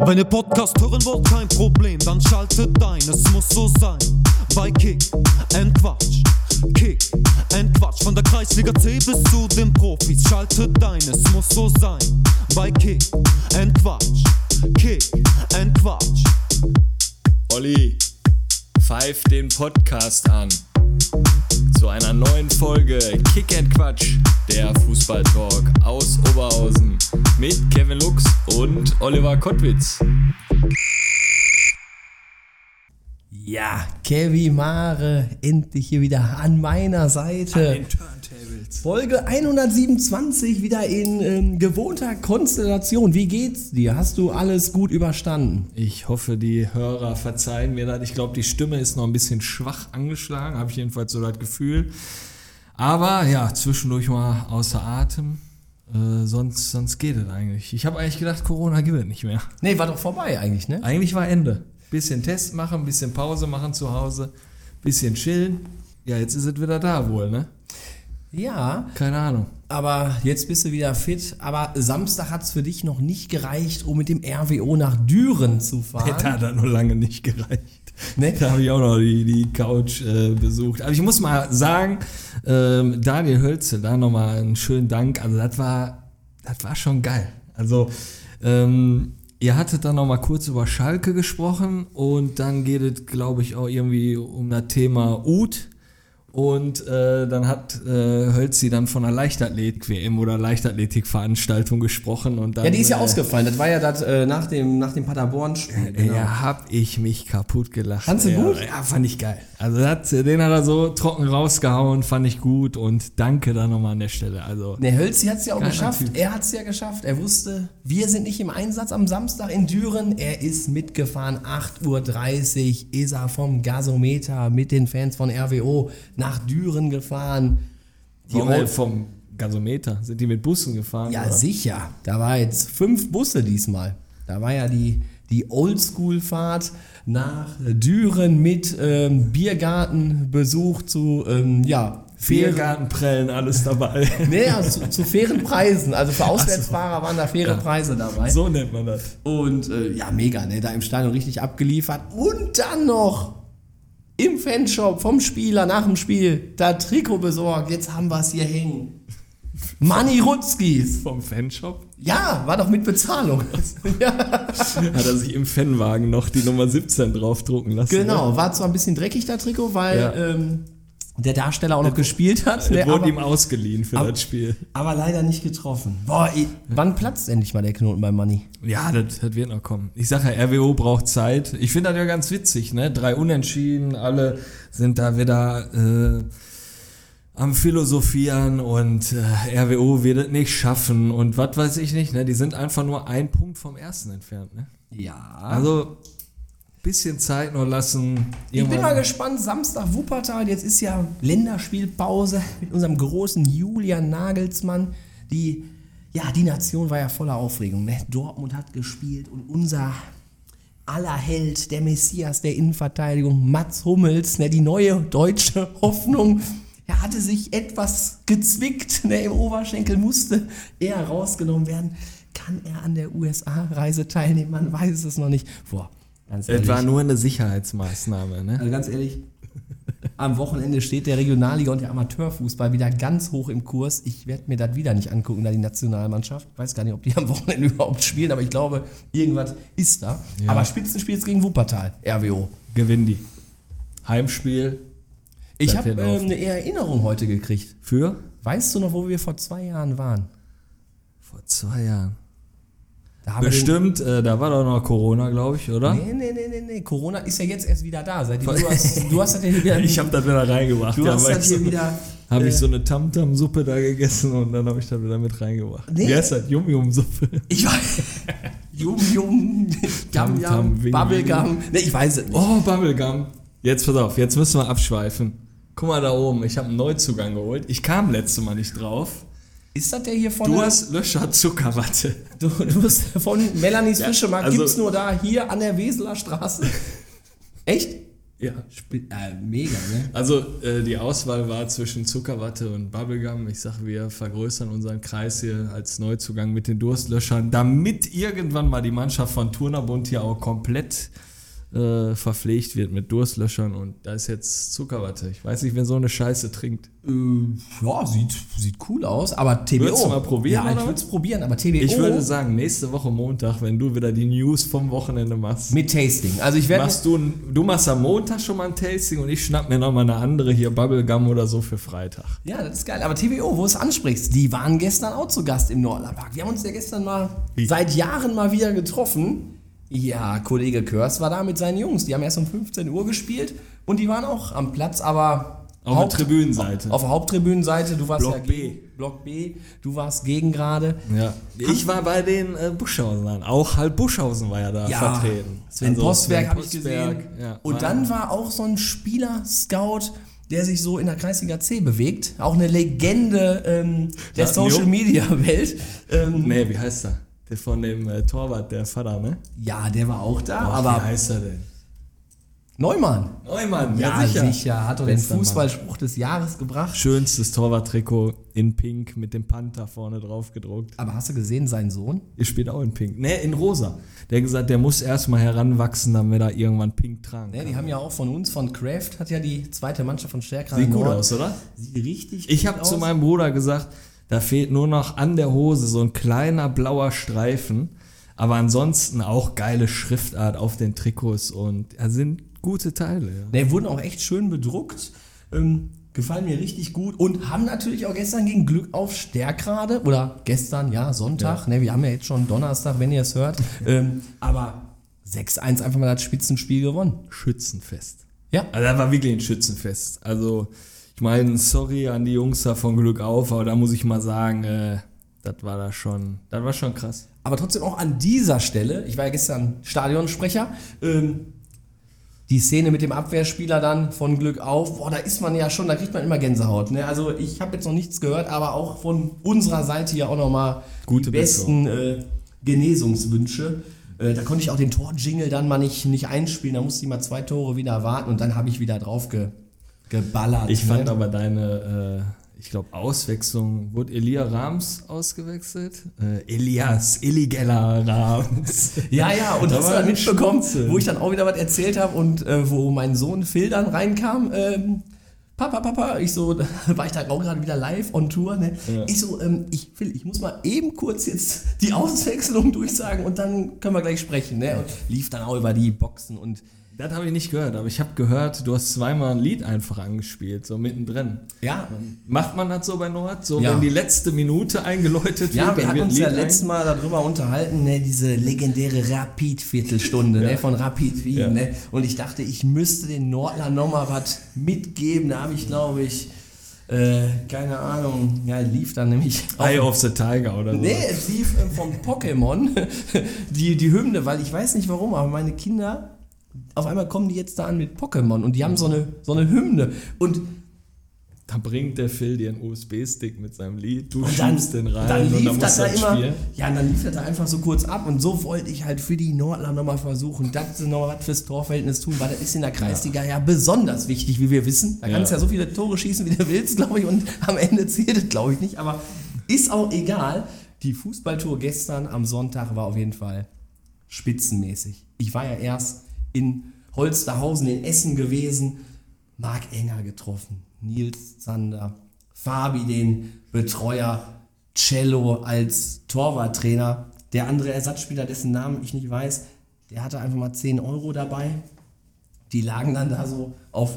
Wenn ihr Podcast hören wollt, kein Problem, dann schaltet ein, es muss so sein. Bei Kick and Quatsch, Kick and Quatsch. Von der Kreisliga C bis zu den Profis, schaltet ein, es muss so sein. Bei Kick and Quatsch, Kick and Quatsch. Olli, pfeif den Podcast an. Zu einer neuen Folge Kick and Quatsch, der Fußballtalk aus Oberhausen mit Kevin Lux und Oliver Kottwitz. Ja, Kevin Mare, endlich hier wieder an meiner Seite. An den Turntables. Folge 127, wieder in gewohnter Konstellation. Wie geht's dir? Hast du alles gut überstanden? Ich hoffe, die Hörer verzeihen mir das. Ich glaube, die Stimme ist noch ein bisschen schwach angeschlagen, habe ich jedenfalls so das Gefühl. Aber ja, zwischendurch mal außer Atem. Sonst geht es eigentlich. Ich habe eigentlich gedacht, Corona gibt es nicht mehr. Nee, war doch vorbei eigentlich, ne? Eigentlich war Ende. Bisschen Test machen, bisschen Pause machen zu Hause, bisschen chillen. Ja, jetzt ist es wieder da wohl, ne? Ja. Keine Ahnung. Aber jetzt bist du wieder fit. Aber Samstag hat es für dich noch nicht gereicht, um mit dem RWO nach Düren zu fahren. Da hat das noch lange nicht gereicht. Ne? Da habe ich auch noch die Couch besucht. Aber ich muss mal sagen, Daniel Hölzel, da nochmal einen schönen Dank. Also das war schon geil. Also ihr hattet dann nochmal kurz über Schalke gesprochen und dann geht es, glaube ich, auch irgendwie um das Thema Uth. Und dann hat Hölzi dann von einer Leichtathletik-WM oder Leichtathletik-Veranstaltung gesprochen. Und dann, Ja, die ist ja ausgefallen. Das war ja das nach dem Paderborn-Spiel. Genau. Ja, hab ich mich kaputt gelacht. Fandst du gut? Ja, fand ich geil. Also den hat er so trocken rausgehauen, fand ich gut und danke da nochmal an der Stelle. Also, Der Hölzi hat es ja auch Geiler geschafft. Typ. Er hat es ja geschafft. Er wusste, wir sind nicht im Einsatz am Samstag in Düren. Er ist mitgefahren. 8:30 Uhr ist er vom Gasometer mit den Fans von RWO nach Düren gefahren. vom Gasometer, sind die mit Bussen gefahren? Ja, oder? sicher. Da war jetzt 5 Busse diesmal. Da war ja die Oldschool-Fahrt nach Düren mit Biergartenbesuch zu, Biergartenprellen, alles dabei. Nee, also zu fairen Preisen. Also für Auswärtsfahrer waren da faire Preise dabei. So nennt man das. Und mega, ne? Da im Stadion richtig abgeliefert. Und dann noch im Fanshop vom Spieler nach dem Spiel da Trikot besorgt. Jetzt haben wir es hier hängen. Manni Rutzkis. Vom Fanshop? Ja, war doch mit Bezahlung. Ja. Hat er sich im Fanwagen noch die Nummer 17 draufdrucken lassen. Genau, war zwar ein bisschen dreckig, der Trikot, weil der Darsteller auch noch gespielt hat. Der wurde ihm ausgeliehen für das Spiel. Aber leider nicht getroffen. Boah, wann platzt endlich mal der Knoten bei Manni? Ja, das wird noch kommen. Ich sage ja, RWO braucht Zeit. Ich finde das ja ganz witzig, ne? 3 Unentschieden, alle sind da wieder am Philosophieren und RWO wird es nicht schaffen und was weiß ich nicht, ne? Die sind einfach nur 1 Punkt vom ersten entfernt, ne? Ja. Also bisschen Zeit noch lassen. Ich bin mal gespannt, Samstag Wuppertal, jetzt ist ja Länderspielpause mit unserem großen Julian Nagelsmann. Die Nation war ja voller Aufregung. Ne? Dortmund hat gespielt und unser aller Held, der Messias der Innenverteidigung, Mats Hummels, ne, die neue deutsche Hoffnung, er hatte sich etwas gezwickt, ne, im Oberschenkel musste er rausgenommen werden. Kann er an der USA-Reise teilnehmen? Man weiß es noch nicht. Ganz ehrlich. Es war nur eine Sicherheitsmaßnahme, ne? Also ganz ehrlich, am Wochenende steht der Regionalliga und der Amateurfußball wieder ganz hoch im Kurs. Ich werde mir das wieder nicht angucken, da die Nationalmannschaft. Ich weiß gar nicht, ob die am Wochenende überhaupt spielen, aber ich glaube, irgendwas ist da. Ja. Aber Spitzenspiel jetzt gegen Wuppertal, RWO. Gewinnen die. Heimspiel. Ich habe eine Erinnerung heute gekriegt. Für? Weißt du noch, wo wir vor 2 Jahren waren? Vor 2 Jahren. Da haben Bestimmt, da war doch noch Corona, glaube ich, oder? Nee. Corona ist ja jetzt erst wieder da. Seitdem du hast das ja wieder. Ich habe das wieder reingebracht. Du hast das hier wieder. Habe ich so eine Tamtam-Suppe da gegessen und dann habe ich das wieder mit reingebracht. Nee. Wie heißt das? Yum-Yum-Suppe. Ich weiß. Yum, Tam-Tam, Wing, Bubblegum. Nee, ich weiß es nicht. Oh, Bubblegum. Jetzt pass auf, jetzt müssen wir abschweifen. Guck mal da oben, ich habe einen Neuzugang geholt. Ich kam letztes Mal nicht drauf. Ist das der hier von... Du hast Löscher Zuckerwatte. Du hast von Melanies Ja, Fischemarkt, also- gibt's nur da, hier an der Weseler Straße. Echt? Ja. Mega, ne? Also die Auswahl war zwischen Zuckerwatte und Bubblegum. Ich sage, wir vergrößern unseren Kreis hier als Neuzugang mit den Durstlöschern, damit irgendwann mal die Mannschaft von Turnerbund hier auch komplett verpflegt wird mit Durstlöschern. Und da ist jetzt Zuckerwatte. Ich weiß nicht, wer so eine Scheiße trinkt. Ja, sieht cool aus, aber TBO. Würdest du mal probieren, Ja, ich oder? würde es probieren, aber TBO Ich würde sagen, nächste Woche Montag, wenn du wieder die News vom Wochenende machst, mit Tasting. Also ich werde du machst am Montag schon mal ein Tasting und ich schnapp mir nochmal eine andere hier, Bubblegum oder so für Freitag. Ja, das ist geil. Aber TBO, wo du es ansprichst, die waren gestern auch zu Gast im Nordlerpark. Wir haben uns ja gestern mal seit Jahren mal wieder getroffen. Ja, Kollege Körs war da mit seinen Jungs. Die haben erst um 15 Uhr gespielt und die waren auch am Platz, aber Auf der Tribünenseite. Auf der Haupttribünenseite. Du warst Block ja B. Block B. Du warst gegen gerade. Ja. Ich war bei den Buschhausenern. Auch halt Buschhausen war ja da vertreten. Sven Postberg habe ich gesehen. Ja, und dann war auch so ein Spieler-Scout, der sich so in der Kreisliga C bewegt. Auch eine Legende der Social-Media-Welt. Nee, wie heißt er? Der von dem Torwart, der Vater, ne? Ja, der war auch da. Ach, aber wie heißt er denn? Neumann. Ja, sicher. Hat doch den Fußballspruch des Jahres gebracht. Schönstes Torwarttrikot in Pink mit dem Panther vorne drauf gedruckt. Aber hast du gesehen, sein Sohn? Ihr spielt auch in Pink. Ne, in Rosa. Der hat gesagt, der muss erstmal heranwachsen, damit er irgendwann Pink tragen kann. Ne, die haben ja auch von uns, von Kraft, hat ja die zweite Mannschaft von Stärkrade Sieht gut Nord. aus, oder? Sieht richtig Ich gut habe aus. zu meinem Bruder gesagt, da fehlt nur noch an der Hose so ein kleiner blauer Streifen. Aber ansonsten auch geile Schriftart auf den Trikots und sind gute Teile. Ja. Ne, wurden auch echt schön bedruckt. Gefallen mir richtig gut. Und haben natürlich auch gestern gegen Glück auf Stärkrade, oder gestern, ja, Sonntag. Ja. Ne, wir haben ja jetzt schon Donnerstag, wenn ihr es hört. Aber 6-1 einfach mal das Spitzenspiel gewonnen. Schützenfest. Ja. Also das war wirklich ein Schützenfest. Also ich meine, sorry an die Jungs da von Glück auf, aber da muss ich mal sagen, das war schon krass. Aber trotzdem auch an dieser Stelle, ich war ja gestern Stadionsprecher, die Szene mit dem Abwehrspieler dann von Glück auf, boah, da ist man ja schon, da kriegt man immer Gänsehaut. Ne? Also ich habe jetzt noch nichts gehört, aber auch von unserer Seite hier auch nochmal die besten Genesungswünsche. Da konnte ich auch den Torjingle dann mal nicht einspielen, da musste ich mal 2 Tore wieder warten und dann habe ich wieder drauf geballert. Ich fand aber deine, ich glaube, Auswechslung, wurde Elia Rams ausgewechselt? Illegaler Rams. Ja, und Da hast du war dann ein mitbekommen, Schmunzeln. wo ich dann auch wieder was erzählt habe und wo mein Sohn Phil dann reinkam, Papa, ich so, da war ich da auch gerade wieder live on Tour, ne? Ja. Ich so, Phil, ich muss mal eben kurz jetzt die Auswechslung durchsagen und dann können wir gleich sprechen, ne? Und lief dann auch über die Boxen und Das habe ich nicht gehört, aber ich habe gehört, du hast zweimal ein Lied einfach angespielt, so mittendrin. ja. Macht man das so bei Nord? So, Ja. wenn die letzte Minute eingeläutet wird, Ja, wir dann hatten wird ein uns ja Lied letztes Mal darüber unterhalten, ne, diese legendäre Rapid-Viertelstunde ne, von Rapid Wien. Ja. Ne, und ich dachte, ich müsste den Nordlern nochmal was mitgeben. Da habe ich, glaube ich, keine Ahnung, ja, lief dann nämlich Eye of the Tiger oder so. Nee, es lief vom Pokémon die Hymne, weil ich weiß nicht warum, aber meine Kinder, auf einmal kommen die jetzt da an mit Pokémon und die haben so eine Hymne und Da bringt der Phil dir einen USB-Stick mit seinem Lied, du Und dann, schiebst den rein dann und lief dann das musst da du immer, spielen. ja, und dann lief das da einfach so kurz ab und so wollte ich halt für die Nordler nochmal versuchen, dass sie noch was fürs Torverhältnis tun, weil das ist in der Kreisliga ja besonders wichtig, wie wir wissen. Da kannst du ja so viele Tore schießen, wie du willst, glaube ich, und am Ende zählt es, glaube ich, nicht, aber ist auch egal. Die Fußballtour gestern am Sonntag war auf jeden Fall spitzenmäßig. Ich war ja erst in Holsterhausen in Essen gewesen, Marc Enger getroffen, Nils Zander, Fabi, den Betreuer, Cello als Torwarttrainer. Der andere Ersatzspieler, dessen Namen ich nicht weiß, der hatte einfach mal 10 Euro dabei. Die lagen dann da so auf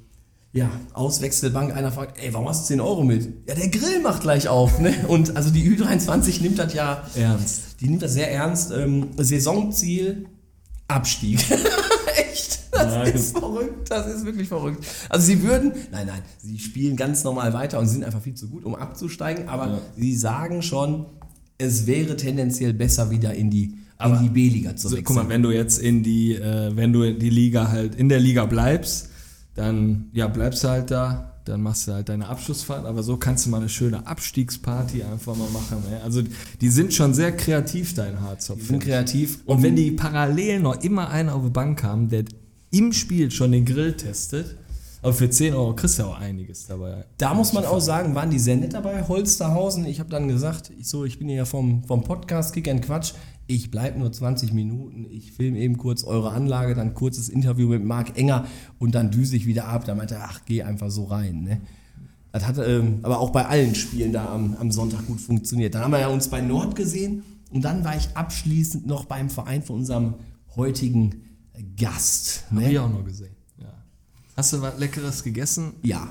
Auswechselbank. Einer fragt, ey, warum hast du 10 Euro mit? Ja, der Grill macht gleich auf. Ne? Und also die Ü23 nimmt das ja Ernst. Die nimmt das sehr ernst. Saisonziel, Abstieg. Echt? Das ist verrückt. Das ist wirklich verrückt. Also sie sie spielen ganz normal weiter und sind einfach viel zu gut, um abzusteigen. Aber sie sagen schon, es wäre tendenziell besser, wieder in die B-Liga zu wechseln. Guck mal, wenn du jetzt in die Liga halt in der Liga bleibst, dann bleibst du halt da, dann machst du halt deine Abschlussfahrt, aber so kannst du mal eine schöne Abstiegsparty einfach mal machen. Ey. Also die sind schon sehr kreativ, da in Harzopf. Die sind kreativ. Und wenn die parallel noch immer einen auf der Bank haben, der im Spiel schon den Grill testet. Aber für 10 Euro kriegst du ja auch einiges dabei. Da muss man auch sagen, waren die sehr nett dabei, Holsterhausen. Ich habe dann gesagt, ich bin ja vom Podcast Kick and Quatsch. Ich bleibe nur 20 Minuten, ich filme eben kurz eure Anlage, dann kurzes Interview mit Marc Enger und dann düse ich wieder ab. Da meinte er, ach, geh einfach so rein. Ne? Das hat aber auch bei allen Spielen da am Sonntag gut funktioniert. Dann haben wir ja uns bei Nord gesehen und dann war ich abschließend noch beim Verein von unserem heutigen Gast. Ne? Hab ich auch noch gesehen. Ja. Hast du was Leckeres gegessen? Ja.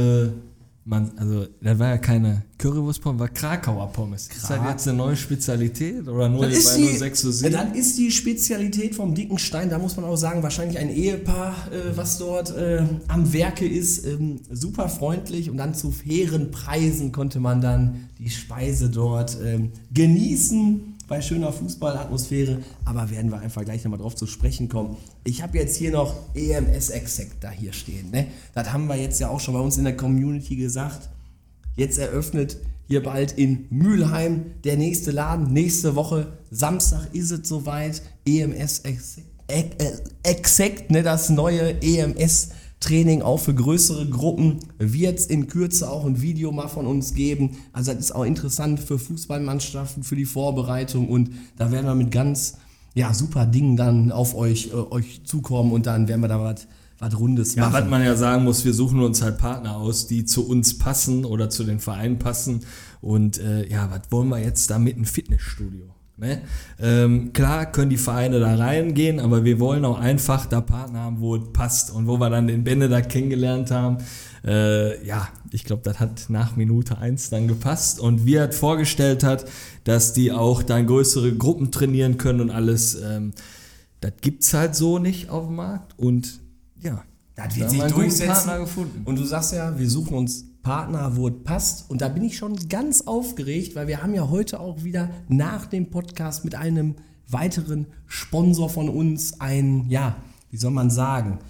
Also, das war ja keine Currywurst-Pommes, war Krakauer Pommes. Ist das jetzt eine neue Spezialität oder nur bei 06 zu 7? Das ist die Spezialität vom Dicken Stein. Da muss man auch sagen, wahrscheinlich ein Ehepaar, was dort am Werke ist, super freundlich und dann zu fairen Preisen konnte man dann die Speise dort genießen. Bei schöner Fußballatmosphäre, aber werden wir einfach gleich nochmal drauf zu sprechen kommen. Ich habe jetzt hier noch EMS Exact da hier stehen. Ne? Das haben wir jetzt ja auch schon bei uns in der Community gesagt. Jetzt eröffnet hier bald in Mülheim der nächste Laden. Nächste Woche, Samstag ist es soweit. EMS Exact, ne? Das neue EMS Training auch für größere Gruppen, wird es in Kürze auch ein Video mal von uns geben. Also das ist auch interessant für Fußballmannschaften, für die Vorbereitung und da werden wir mit ganz super Dingen dann auf euch zukommen und dann werden wir da was Rundes machen. Ja, was man ja sagen muss, wir suchen uns halt Partner aus, die zu uns passen oder zu den Vereinen passen und was wollen wir jetzt da mit einem Fitnessstudio? Ne? Klar können die Vereine da reingehen, aber wir wollen auch einfach da Partner haben, wo es passt und wo wir dann den Benne da kennengelernt haben. Ich glaube, das hat nach Minute 1 dann gepasst und wie er vorgestellt hat, dass die auch dann größere Gruppen trainieren können und alles, das gibt's halt so nicht auf dem Markt und ja, das wird sich durchsetzen. Partner gefunden. Und du sagst ja, wir suchen uns Partner, wo es passt. Und da bin ich schon ganz aufgeregt, weil wir haben ja heute auch wieder nach dem Podcast mit einem weiteren Sponsor von uns wie soll man sagen,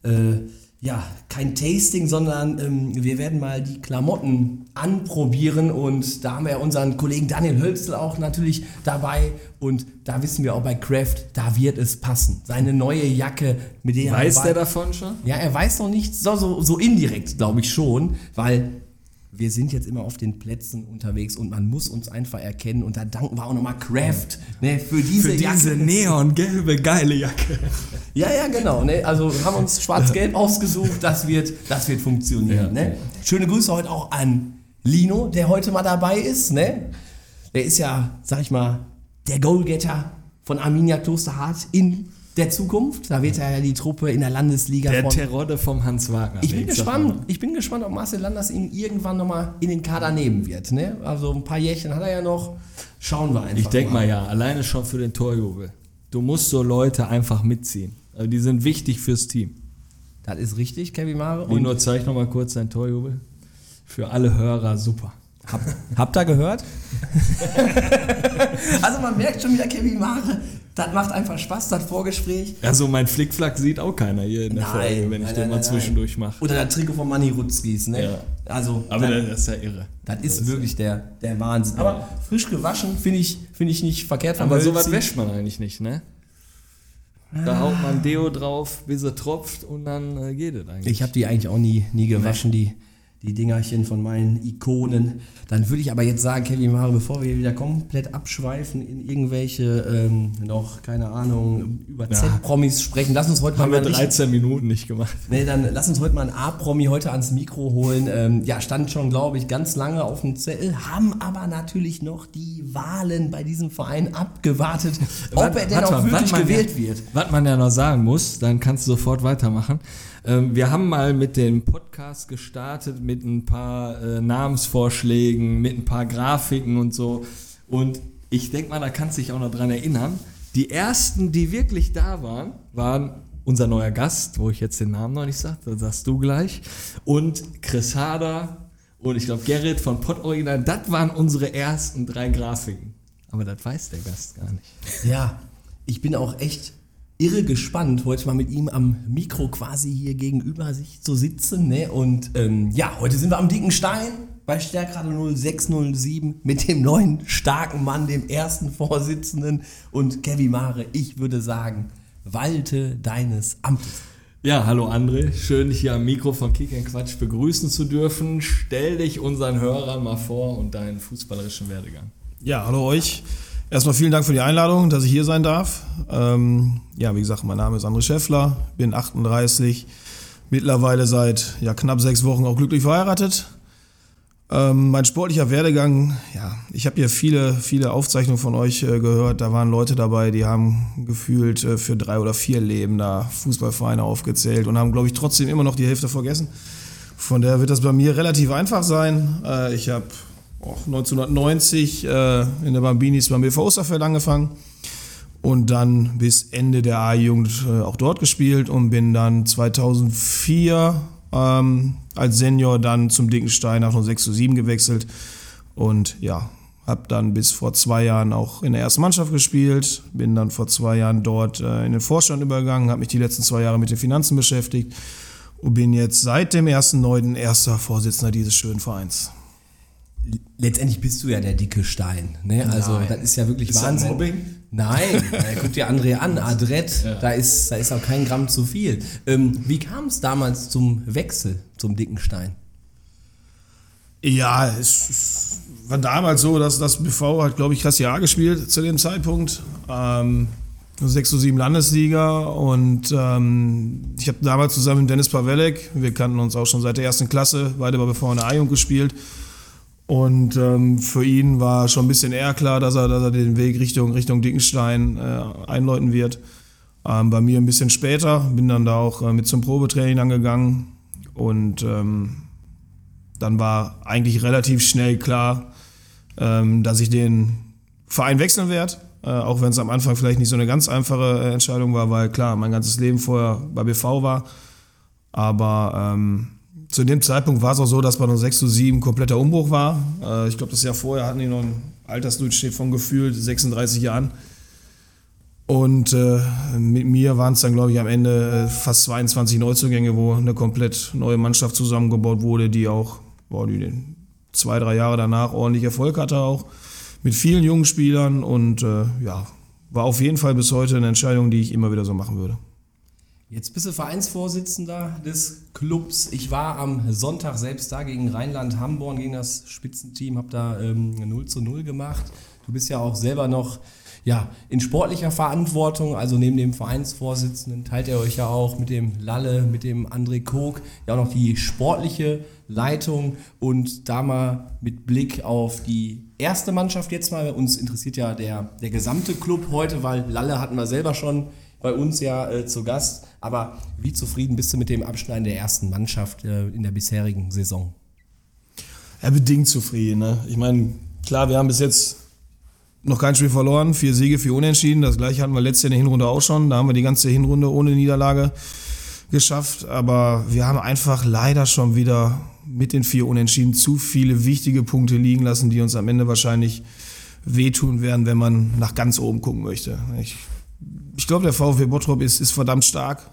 kein Tasting, sondern wir werden mal die Klamotten anprobieren und da haben wir ja unseren Kollegen Daniel Hölzel auch natürlich dabei und da wissen wir auch bei Craft, da wird es passen. Seine neue Jacke, mit der weiß der davon schon? Ja, er weiß noch nicht, so indirekt glaube ich schon, weil wir sind jetzt immer auf den Plätzen unterwegs und man muss uns einfach erkennen und da danken wir auch nochmal Craft für diese neongelbe geile Jacke. Ja, genau. Ne? Also haben uns schwarz-gelb ausgesucht, das wird funktionieren. Ja. Ne? Schöne Grüße heute auch an Lino, der heute mal dabei ist. Ne? Der ist ja, sag ich mal, der Goalgetter von Arminia Klosterhardt in der Zukunft. Da wird ja die Truppe in der Landesliga der Terodde vom Hans Wagner. Ich bin gespannt, ob Marcel Landers ihn irgendwann nochmal in den Kader nehmen wird. Ne? Also ein paar Jährchen hat er ja noch. Schauen wir einfach. Ich denke mal alleine schon für den Torjubel. Du musst so Leute einfach mitziehen. Also die sind wichtig fürs Team. Das ist richtig, Kevin Mare. Lino, zeig nochmal kurz dein Torjubel. Für alle Hörer super. Habt ihr gehört? Also man merkt schon wieder, Kevin Mare, das macht einfach Spaß, das Vorgespräch. Also mein Flickflack sieht auch keiner hier in der Folge, wenn ich den mal zwischendurch mache. Oder das Trikot von Manni Rutzkis, ne? Ja. Also, aber das ist ja irre. Das ist wirklich der Wahnsinn. Aber frisch gewaschen finde ich nicht verkehrt. Aber sowas wäscht man eigentlich nicht, ne? Da haut man Deo drauf, bis er tropft und dann geht es eigentlich. Ich habe die eigentlich auch nie gewaschen, die Dingerchen von meinen Ikonen. Dann würde ich aber jetzt sagen, Kevin Mare, bevor wir wieder komplett abschweifen in irgendwelche, keine Ahnung, über Z-Promis sprechen, lass uns heute mal... Haben wir 13 Minuten nicht gemacht. Nee, dann lass uns heute mal einen A-Promi heute ans Mikro holen. Stand schon, glaube ich, ganz lange auf dem Zettel, haben aber natürlich noch die Wahlen bei diesem Verein abgewartet, ob er denn auch wirklich gewählt wird. Was man ja noch sagen muss, dann kannst du sofort weitermachen. Wir haben mal mit dem Podcast gestartet mit ein paar Namensvorschlägen, mit ein paar Grafiken und so. Und ich denke mal, da kannst du dich auch noch dran erinnern. Die ersten, die wirklich da waren unser neuer Gast, wo ich jetzt den Namen noch nicht sage, das sagst du gleich. Und Chris Hader und ich glaube Gerrit von Pott Original. Das waren unsere ersten 3 Grafiken. Aber das weiß der Gast gar nicht. Ja, ich bin auch echt irre gespannt, heute mal mit ihm am Mikro quasi hier gegenüber sich zu sitzen. Ne? Und heute sind wir am Dicken Stein bei Stärkrade 0607 mit dem neuen starken Mann, dem ersten Vorsitzenden. Und Kevin Mare, ich würde sagen, walte deines Amtes. Ja, hallo André, schön dich hier am Mikro von Kick & Quatsch begrüßen zu dürfen. Stell dich unseren Hörern mal vor und deinen fußballerischen Werdegang. Ja, hallo euch. Erstmal vielen Dank für die Einladung, dass ich hier sein darf. Wie gesagt, mein Name ist André Schäffler, bin 38, mittlerweile seit knapp 6 Wochen auch glücklich verheiratet. Mein sportlicher Werdegang, ich habe hier viele Aufzeichnungen von euch gehört. Da waren Leute dabei, die haben gefühlt für 3 oder 4 Leben da Fußballvereine aufgezählt und haben, glaube ich, trotzdem immer noch die Hälfte vergessen. Von daher wird das bei mir relativ einfach sein. Ich habe 1990 in der Bambinis beim BV Osterfeld angefangen und dann bis Ende der A-Jugend auch dort gespielt und bin dann 2004 als Senior dann zum Dickensteiner von 6:7 gewechselt und habe dann bis vor 2 Jahren auch in der ersten Mannschaft gespielt, bin dann vor 2 Jahren dort in den Vorstand übergegangen, habe mich die letzten 2 Jahre mit den Finanzen beschäftigt und bin jetzt seit dem 1.9. erster Vorsitzender dieses schönen Vereins. Letztendlich bist du ja der dicke Stein, ne? Also Nein. das ist ja wirklich Ist das Wahnsinn. Mobbing? Nein, guck dir André an, Adrett, da ist auch kein Gramm zu viel. Wie kam es damals zum Wechsel zum dicken Stein? Ja, es war damals so, dass das BV hat, glaube ich, Klasse A gespielt zu dem Zeitpunkt. 6:7 Landesliga und ich habe damals zusammen mit Dennis Pawelek, wir kannten uns auch schon seit der 1. Klasse, beide bei BV in der A-Jugend gespielt. Und für ihn war schon ein bisschen eher klar, dass er den Weg Richtung Dickenstein einläuten wird. Bei mir ein bisschen später, bin dann da auch mit zum Probetraining angegangen und dann war eigentlich relativ schnell klar, dass ich den Verein wechseln werde, auch wenn es am Anfang vielleicht nicht so eine ganz einfache Entscheidung war, weil klar, mein ganzes Leben vorher bei BV war, aber zu dem Zeitpunkt war es auch so, dass bei 6:7 kompletter Umbruch war. Ich glaube, das Jahr vorher hatten die noch einen Altersdurchschnitt von gefühlt 36 Jahren. Und mit mir waren es dann, glaube ich, am Ende fast 22 Neuzugänge, wo eine komplett neue Mannschaft zusammengebaut wurde, die auch die 2-3 Jahre danach ordentlich Erfolg hatte auch. Mit vielen jungen Spielern und war auf jeden Fall bis heute eine Entscheidung, die ich immer wieder so machen würde. Jetzt bist du Vereinsvorsitzender des Clubs. Ich war am Sonntag selbst da gegen Rheinland-Hamborn, gegen das Spitzenteam, habe da 0:0 gemacht. Du bist ja auch selber noch in sportlicher Verantwortung, also neben dem Vereinsvorsitzenden teilt ihr euch ja auch mit dem Lalle, mit dem André Kog, ja auch noch die sportliche Leitung und da mal mit Blick auf die erste Mannschaft jetzt mal. Uns interessiert ja der gesamte Club heute, weil Lalle hatten wir selber schon bei uns zu Gast. Aber wie zufrieden bist du mit dem Abschneiden der ersten Mannschaft in der bisherigen Saison? Ja, bedingt zufrieden. Ne? Ich meine, klar, wir haben bis jetzt noch kein Spiel verloren, 4 Siege, 4 Unentschieden. Das gleiche hatten wir letztes Jahr in der Hinrunde auch schon. Da haben wir die ganze Hinrunde ohne Niederlage geschafft. Aber wir haben einfach leider schon wieder mit den 4 Unentschieden zu viele wichtige Punkte liegen lassen, die uns am Ende wahrscheinlich wehtun werden, wenn man nach ganz oben gucken möchte. Ich glaube, der VfB Bottrop ist verdammt stark.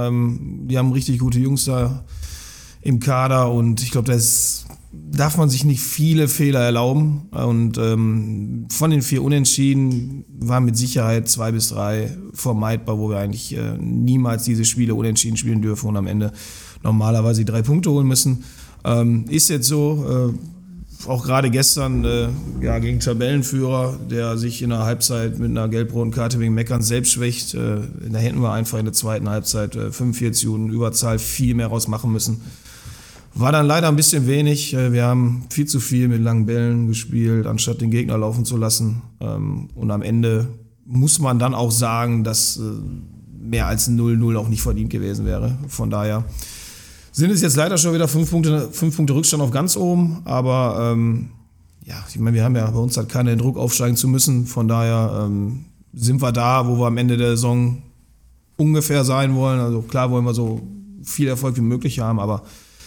Die haben richtig gute Jungs da im Kader und ich glaube, darf man sich nicht viele Fehler erlauben. Und von den 4 Unentschieden waren mit Sicherheit 2 bis 3 vermeidbar, wo wir eigentlich niemals diese Spiele unentschieden spielen dürfen und am Ende normalerweise 3 Punkte holen müssen. Ist jetzt so, auch gerade gestern gegen Tabellenführer, der sich in der Halbzeit mit einer gelb-roten Karte wegen Meckerns selbst schwächt. Da hätten wir einfach in der zweiten Halbzeit 45 Minuten Überzahl viel mehr rausmachen müssen. War dann leider ein bisschen wenig. Wir haben viel zu viel mit langen Bällen gespielt, anstatt den Gegner laufen zu lassen. Und am Ende muss man dann auch sagen, dass mehr als 0:0 auch nicht verdient gewesen wäre. Von daher sind es jetzt leider schon wieder 5 Punkte Rückstand auf ganz oben. Aber ich meine, wir haben ja bei uns halt keinen Druck aufsteigen zu müssen. Von daher sind wir da, wo wir am Ende der Saison ungefähr sein wollen. Also klar wollen wir so viel Erfolg wie möglich haben, aber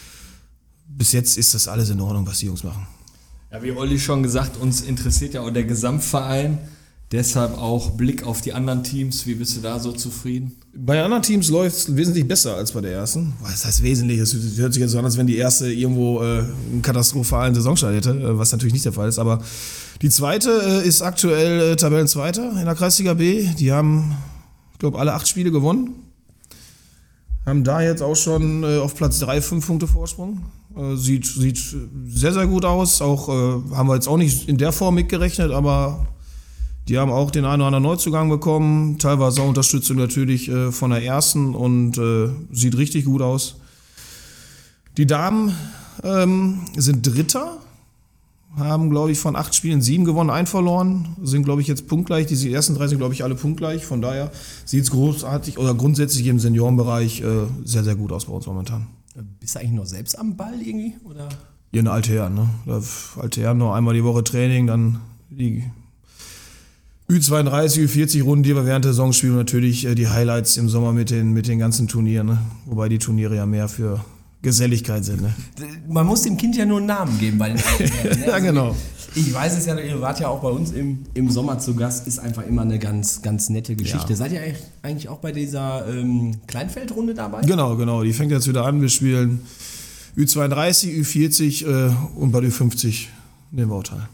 bis jetzt ist das alles in Ordnung, was die Jungs machen. Ja, wie Olli schon gesagt, uns interessiert ja auch der Gesamtverein. Deshalb auch Blick auf die anderen Teams. Wie bist du da so zufrieden? Bei anderen Teams läuft es wesentlich besser als bei der ersten. Das heißt wesentlich, es hört sich jetzt so an, als wenn die erste irgendwo einen katastrophalen Saisonstart hätte, was natürlich nicht der Fall ist. Aber die zweite ist aktuell Tabellenzweiter in der Kreisliga B. Die haben, ich glaube, alle 8 Spiele gewonnen. Haben da jetzt auch schon auf Platz 3 5 Punkte Vorsprung. Sieht sehr, sehr gut aus. Auch haben wir jetzt auch nicht in der Form mitgerechnet, aber die haben auch den einen oder anderen Neuzugang bekommen. Teilweise auch Unterstützung natürlich von der ersten und sieht richtig gut aus. Die Damen sind Dritter. Haben, glaube ich, von 8 Spielen 7 gewonnen, 1 verloren. Sind, glaube ich, jetzt punktgleich. Die ersten 3 sind, glaube ich, alle punktgleich. Von daher sieht es großartig oder grundsätzlich im Seniorenbereich sehr, sehr gut aus bei uns momentan. Bist du eigentlich noch selbst am Ball irgendwie? Oder? Ja, eine alte Herren, ne? Alte Herren, nur einmal die Woche Training, dann die Ü32, Ü40-Runden, die wir während der Saison spielen. Und natürlich die Highlights im Sommer mit den ganzen Turnieren, ne? Wobei die Turniere ja mehr für Geselligkeit sind, ne? Man muss dem Kind ja nur einen Namen geben bei den alten Herren, ne? Ja, genau. Ich weiß es ja, ihr wart ja auch bei uns im Sommer zu Gast, ist einfach immer eine ganz, ganz nette Geschichte. Ja. Seid ihr eigentlich auch bei dieser Kleinfeldrunde dabei? Genau. Die fängt jetzt wieder an. Wir spielen Ü32, Ü40 und bei Ü50 nehmen wir auch teil.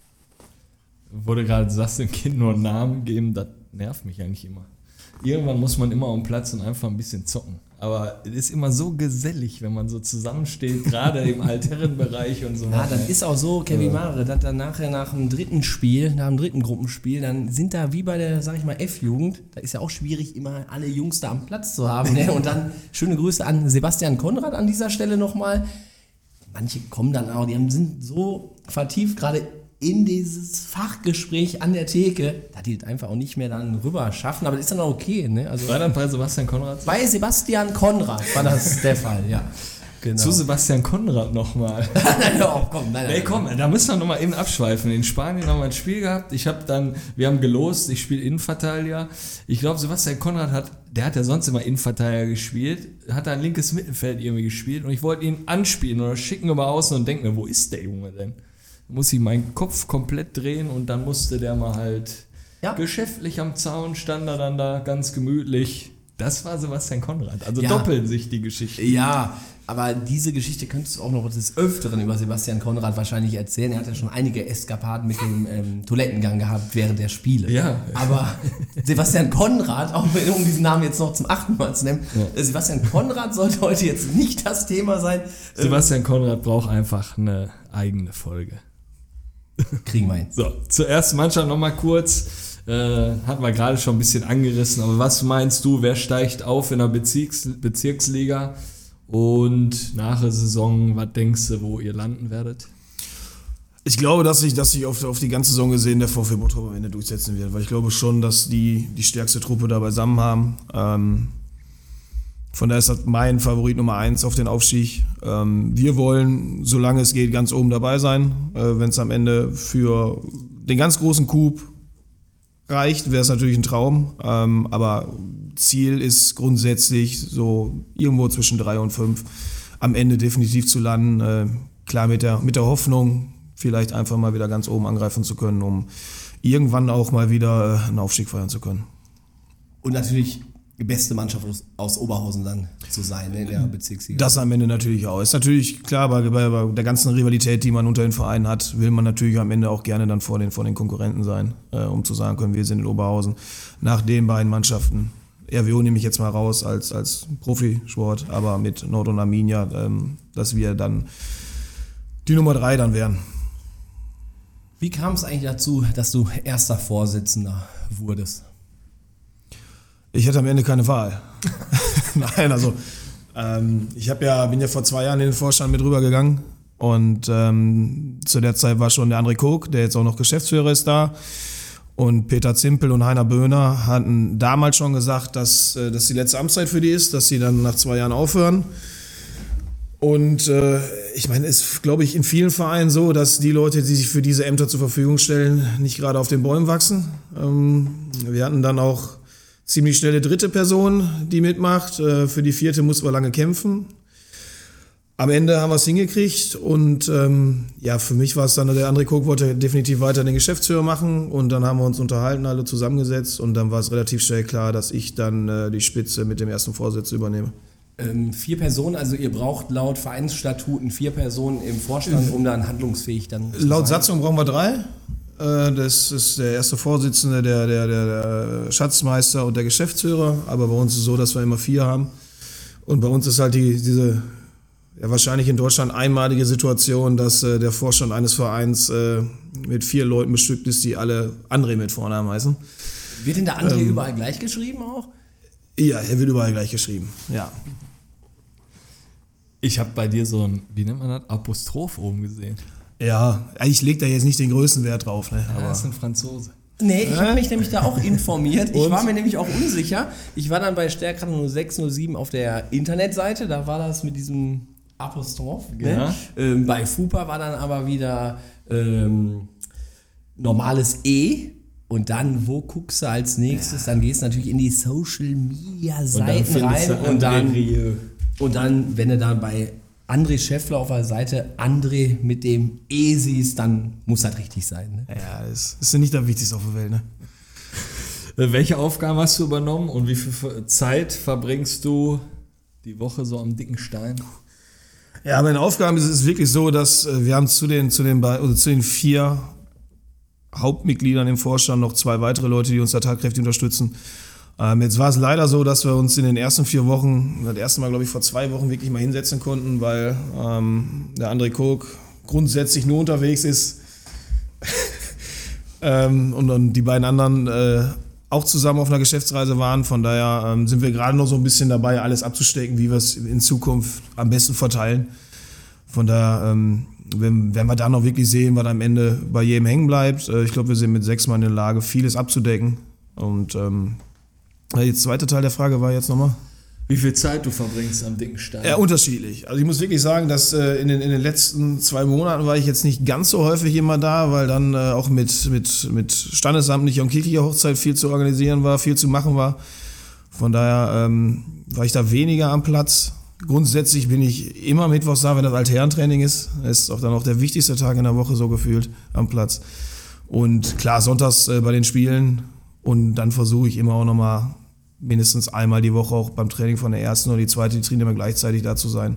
Wo du gerade sagst, dem Kind nur einen Namen geben, das nervt mich eigentlich immer. Irgendwann muss man immer am Platz und einfach ein bisschen zocken. Aber es ist immer so gesellig, wenn man so zusammensteht, gerade im Altherrenbereich und so. Ja, das ist auch so, Kevin Mare, dass dann nachher nach dem dritten Gruppenspiel, dann sind da wie bei der, sag ich mal, F-Jugend, da ist ja auch schwierig, immer alle Jungs da am Platz zu haben. Ne? Und dann schöne Grüße an Sebastian Konrad an dieser Stelle nochmal. Manche kommen dann auch, sind so vertieft gerade in dieses Fachgespräch an der Theke, dass die das einfach auch nicht mehr dann rüber schaffen, aber das ist dann auch okay. Ne? Also War dann bei Sebastian Konrad? bei Sebastian Konrad war das der Fall, ja. Genau. Zu Sebastian Konrad nochmal. Nein, Komm, da müssen wir nochmal eben abschweifen. In Spanien haben wir ein Spiel gehabt. Wir haben gelost, ich spiele Innenverteidiger. Ich glaube, Sebastian Konrad der hat ja sonst immer Innenverteidiger gespielt, hat da ein linkes Mittelfeld irgendwie gespielt und ich wollte ihn anspielen oder schicken über außen und denke mir, wo ist der Junge denn? Da muss ich meinen Kopf komplett drehen und dann musste der mal halt geschäftlich am Zaun, stand er dann da ganz gemütlich. Das war Sebastian Konrad. Also doppeln sich die Geschichten. Ja, aber diese Geschichte könntest du auch noch des Öfteren über Sebastian Konrad wahrscheinlich erzählen. Er hat ja schon einige Eskapaden mit dem Toilettengang gehabt während der Spiele. Ja. Aber Sebastian Konrad, auch um diesen Namen jetzt noch zum 8. Mal zu nennen, Sebastian Konrad sollte heute jetzt nicht das Thema sein. Sebastian Konrad braucht einfach eine eigene Folge. Kriegen wir hin. So, zur ersten Mannschaft nochmal kurz. Hatten wir gerade schon ein bisschen angerissen, aber was meinst du, wer steigt auf in der Bezirksliga und nach der Saison, was denkst du, wo ihr landen werdet? Ich glaube, dass sich auf die ganze Saison gesehen der VfB Bottrop am Ende durchsetzen wird, weil ich glaube schon, dass die stärkste Truppe da beisammen haben. Von daher ist das mein Favorit Nummer 1 auf den Aufstieg. Wir wollen, solange es geht, ganz oben dabei sein. Wenn es am Ende für den ganz großen Coup reicht, wäre es natürlich ein Traum. Aber Ziel ist grundsätzlich so irgendwo zwischen 3 und 5 am Ende definitiv zu landen. Klar mit der Hoffnung, vielleicht einfach mal wieder ganz oben angreifen zu können, um irgendwann auch mal wieder einen Aufstieg feiern zu können. Und natürlich die beste Mannschaft aus Oberhausen dann zu sein, ne, in der Bezirksliga. Das am Ende natürlich auch. Ist natürlich klar, bei der ganzen Rivalität, die man unter den Vereinen hat, will man natürlich am Ende auch gerne dann vor den Konkurrenten sein, um zu sagen können, wir sind in Oberhausen. Nach den beiden Mannschaften, RWO nehme ich jetzt mal raus als Profisport, aber mit Nord und Arminia, dass wir dann die Nummer 3 dann wären. Wie kam es eigentlich dazu, dass du erster Vorsitzender wurdest? Ich hatte am Ende keine Wahl. Nein, also ich bin ja vor 2 Jahren in den Vorstand mit rübergegangen und zu der Zeit war schon der André Koch, der jetzt auch noch Geschäftsführer ist, da. Und Peter Zimpel und Heiner Böhner hatten damals schon gesagt, dass die letzte Amtszeit für die ist, dass sie dann nach 2 Jahren aufhören. Und ich meine, es ist, glaube ich, in vielen Vereinen so, dass die Leute, die sich für diese Ämter zur Verfügung stellen, nicht gerade auf den Bäumen wachsen. Wir hatten dann auch ziemlich schnelle 3. Person, die mitmacht. Für die 4. mussten wir lange kämpfen. Am Ende haben wir es hingekriegt und für mich war es dann, der André Koch wollte definitiv weiter den Geschäftsführer machen und dann haben wir uns unterhalten, alle zusammengesetzt und dann war es relativ schnell klar, dass ich dann die Spitze mit dem ersten Vorsitz übernehme. 4 Personen, also ihr braucht laut Vereinsstatuten 4 Personen im Vorstand, um dann handlungsfähig dann zu sein. Laut Satzung brauchen wir 3. Das ist der erste Vorsitzende, der Schatzmeister und der Geschäftsführer. Aber bei uns ist es so, dass wir immer 4 haben. Und bei uns ist halt diese wahrscheinlich in Deutschland einmalige Situation, dass der Vorstand eines Vereins mit 4 Leuten bestückt ist, die alle André mit Vornamen heißen. Wird denn der André überall gleich geschrieben auch? Ja, er wird überall gleich geschrieben, ja. Ich habe bei dir so ein, wie nennt man das, Apostroph oben gesehen. Ja, ich lege da jetzt nicht den größten Wert drauf. Ne? Aber das ist ein Franzose. Nee, ich habe mich nämlich da auch informiert. Ich war mir nämlich auch unsicher. Ich war dann bei Stärkrad 0607 auf der Internetseite, da war das mit diesem Apostroph. Ja. Ne? Bei FUPA war dann aber wieder normales E. Und dann, wo guckst du als nächstes? Dann gehst du natürlich in die Social-Media-Seiten rein. Und dann, wenn du dann bei André Scheffler auf der Seite André mit dem E siehst, dann muss das richtig sein. Ne? Ja, das ist ja nicht das Wichtigste auf der Welt. Ne? Welche Aufgaben hast du übernommen und wie viel Zeit verbringst du die Woche so am dicken Stein? Ja, meine Aufgaben ist es wirklich so, dass wir haben zu den 4 Hauptmitgliedern im Vorstand noch 2 weitere Leute, die uns da tatkräftig unterstützen. Jetzt war es leider so, dass wir uns in den ersten 4 Wochen, das erste Mal glaube ich vor 2 Wochen wirklich mal hinsetzen konnten, weil der André Koch grundsätzlich nur unterwegs ist und dann die beiden anderen auch zusammen auf einer Geschäftsreise waren. Von daher sind wir gerade noch so ein bisschen dabei, alles abzustecken, wie wir es in Zukunft am besten verteilen. Von daher werden wir da noch wirklich sehen, was am Ende bei jedem hängen bleibt. Ich glaube, wir sind mit 6 Mann in der Lage, vieles abzudecken. Und der zweite Teil der Frage war jetzt nochmal? Wie viel Zeit du verbringst am dicken Stein? Ja, unterschiedlich. Also ich muss wirklich sagen, dass in den letzten 2 Monaten war ich jetzt nicht ganz so häufig immer da, weil dann auch mit standesamtlicher und kirchlicher Hochzeit viel zu organisieren war, viel zu machen war. Von daher war ich da weniger am Platz. Grundsätzlich bin ich immer mittwochs da, wenn das Altherrentraining ist. Das ist auch dann auch der wichtigste Tag in der Woche so gefühlt am Platz. Und klar, sonntags bei den Spielen. Und dann versuche ich immer auch nochmal mindestens einmal die Woche auch beim Training von der ersten oder die zweite Vitrine immer gleichzeitig da zu sein.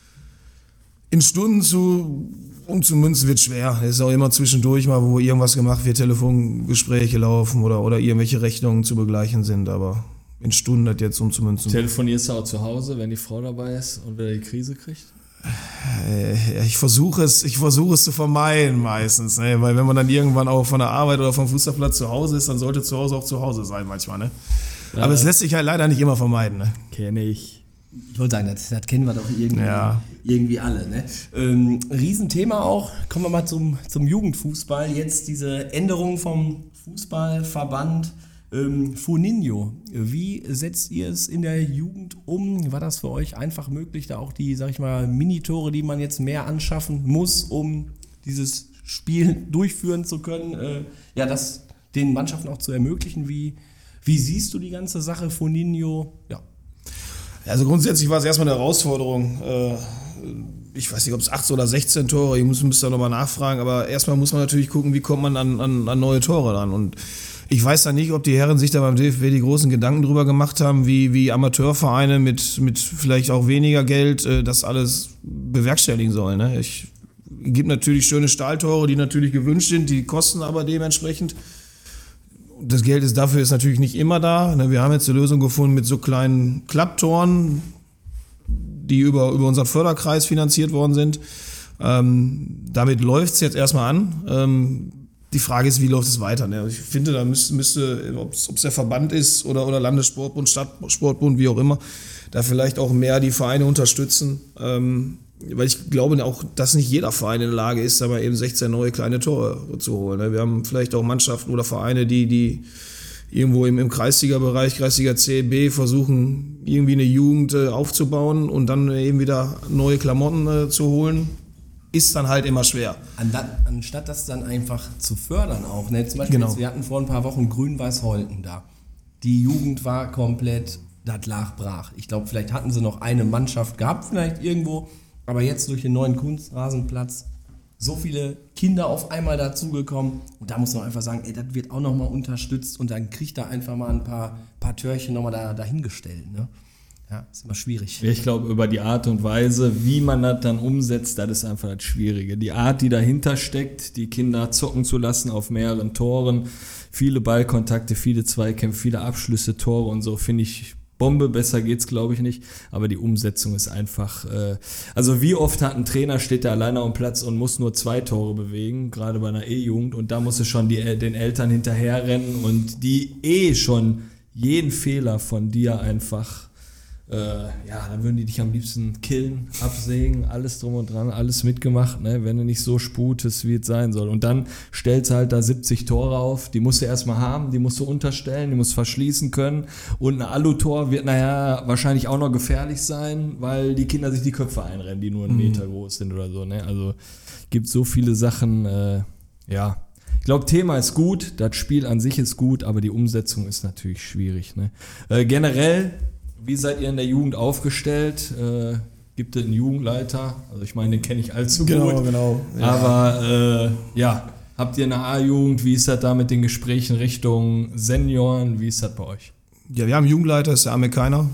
In Stunden umzumünzen wird schwer. Es ist auch immer zwischendurch mal, wo irgendwas gemacht wird, Telefongespräche laufen oder irgendwelche Rechnungen zu begleichen sind. Aber in Stunden das jetzt umzumünzen. Telefonierst du auch zu Hause, wenn die Frau dabei ist und wieder die Krise kriegt? Ich versuche es zu vermeiden meistens, ne? Weil wenn man dann irgendwann auch von der Arbeit oder vom Fußballplatz zu Hause ist, dann sollte zu Hause auch zu Hause sein manchmal. Ne? Ja. Aber es lässt sich halt leider nicht immer vermeiden. Ne? Kenne ich. Ich wollte sagen, das kennen wir doch irgendwie alle. Ne? Riesenthema auch, kommen wir mal zum Jugendfußball. Jetzt diese Änderung vom Fußballverband. Funinho, wie setzt ihr es in der Jugend um? War das für euch einfach möglich, da auch die, sag ich mal, Minitore, die man jetzt mehr anschaffen muss, um dieses Spiel durchführen zu können, das den Mannschaften auch zu ermöglichen? Wie siehst du die ganze Sache, Funinho? Ja. Also grundsätzlich war es erstmal eine Herausforderung. Ich weiß nicht, ob es 8 oder 16 Tore, ich müsste da nochmal nachfragen, aber erstmal muss man natürlich gucken, wie kommt man an neue Tore ran. Und ich weiß da nicht, ob die Herren sich da beim DFB die großen Gedanken drüber gemacht haben, wie Amateurvereine mit vielleicht auch weniger Geld das alles bewerkstelligen sollen. Ne? Es gibt natürlich schöne Stahltore, die natürlich gewünscht sind, die kosten aber dementsprechend. Das Geld ist natürlich nicht immer da. Ne? Wir haben jetzt eine Lösung gefunden mit so kleinen Klapptoren, die über unseren Förderkreis finanziert worden sind. Damit läuft es jetzt erstmal an. Die Frage ist, wie läuft es weiter? Ne? Ich finde, da müsste ob es der Verband ist oder Landessportbund, Stadtsportbund, wie auch immer, da vielleicht auch mehr die Vereine unterstützen. Weil ich glaube auch, dass nicht jeder Verein in der Lage ist, aber eben 16 neue kleine Tore zu holen. Ne? Wir haben vielleicht auch Mannschaften oder Vereine, die irgendwo im Kreisliga-Bereich, Kreisliga C, B versuchen, irgendwie eine Jugend aufzubauen und dann eben wieder neue Klamotten zu holen. Ist dann halt immer schwer. Anstatt das dann einfach zu fördern auch. Ne? Zum Beispiel, Genau. wir hatten vor ein paar Wochen Grün-Weiß-Holten da. Die Jugend war komplett, das lag brach. Ich glaube, vielleicht hatten sie noch eine Mannschaft gehabt, vielleicht irgendwo. Aber jetzt durch den neuen Kunstrasenplatz so viele Kinder auf einmal dazugekommen. Und da muss man einfach sagen, das wird auch nochmal unterstützt. Und dann kriegt da einfach mal ein paar Törchen nochmal dahingestellt. Ne? Ja, ist immer schwierig. Ich glaube, über die Art und Weise, wie man das dann umsetzt, das ist einfach das Schwierige. Die Art, die dahinter steckt, die Kinder zocken zu lassen auf mehreren Toren, viele Ballkontakte, viele Zweikämpfe, viele Abschlüsse, Tore und so, finde ich Bombe, besser geht's glaube ich nicht, aber die Umsetzung ist einfach, also wie oft hat ein Trainer, steht da alleine auf dem Platz und muss nur 2 Tore bewegen, gerade bei einer E-Jugend, und da muss es schon den Eltern hinterherrennen und die schon jeden Fehler von dir einfach, dann würden die dich am liebsten killen, absägen, alles drum und dran, alles mitgemacht, ne, wenn du nicht so sputest, wie es sein soll. Und dann stellst du halt da 70 Tore auf, die musst du erstmal haben, die musst du unterstellen, die musst du verschließen können. Und ein Alu-Tor wird, wahrscheinlich auch noch gefährlich sein, weil die Kinder sich die Köpfe einrennen, die nur einen Meter groß sind oder so, ne. Also gibt so viele Sachen, Ich glaube, Thema ist gut, das Spiel an sich ist gut, aber die Umsetzung ist natürlich schwierig, ne. Generell, wie seid ihr in der Jugend aufgestellt? Gibt es einen Jugendleiter? Also ich meine, den kenne ich allzu gut. Genau. Ja. Aber habt ihr eine A-Jugend? Wie ist das da mit den Gesprächen Richtung Senioren? Wie ist das bei euch? Ja, wir haben einen Jugendleiter, das ist der Ahmed Keiner.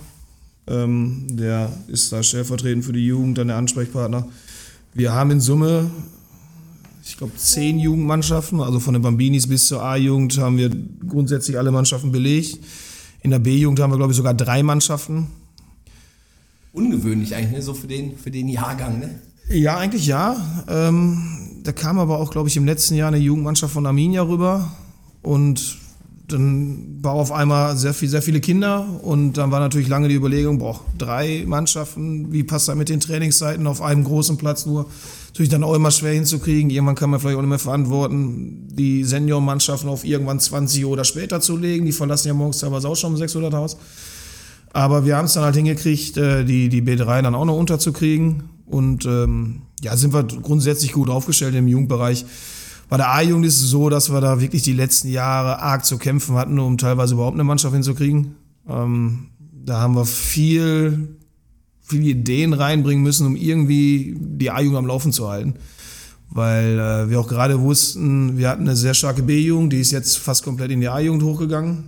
Der ist da stellvertretend für die Jugend, dann der Ansprechpartner. Wir haben in Summe, ich glaube, 10 Jugendmannschaften, also von den Bambinis bis zur A-Jugend haben wir grundsätzlich alle Mannschaften belegt. In der B-Jugend haben wir, glaube ich, sogar 3 Mannschaften. Ungewöhnlich eigentlich, ne? So für den Jahrgang, ne? Ja, eigentlich ja. Da kam aber auch, glaube ich, im letzten Jahr eine Jugendmannschaft von Arminia rüber. Und dann war auf einmal sehr viele Kinder. Und dann war natürlich lange die Überlegung, 3 Mannschaften, wie passt das mit den Trainingszeiten auf einem großen Platz nur? Natürlich dann auch immer schwer hinzukriegen. Irgendwann kann man vielleicht auch nicht mehr verantworten, die Seniormannschaften auf irgendwann 20 Uhr oder später zu legen. Die verlassen ja morgens teilweise auch schon um 6 Uhr das Haus. Aber wir haben es dann halt hingekriegt, die B3 dann auch noch unterzukriegen. Und sind wir grundsätzlich gut aufgestellt im Jugendbereich. Bei der A-Jugend ist es so, dass wir da wirklich die letzten Jahre arg zu kämpfen hatten, um teilweise überhaupt eine Mannschaft hinzukriegen. Da haben wir viele Ideen reinbringen müssen, um irgendwie die A-Jugend am Laufen zu halten. Weil wir auch gerade wussten, wir hatten eine sehr starke B-Jugend, die ist jetzt fast komplett in die A-Jugend hochgegangen.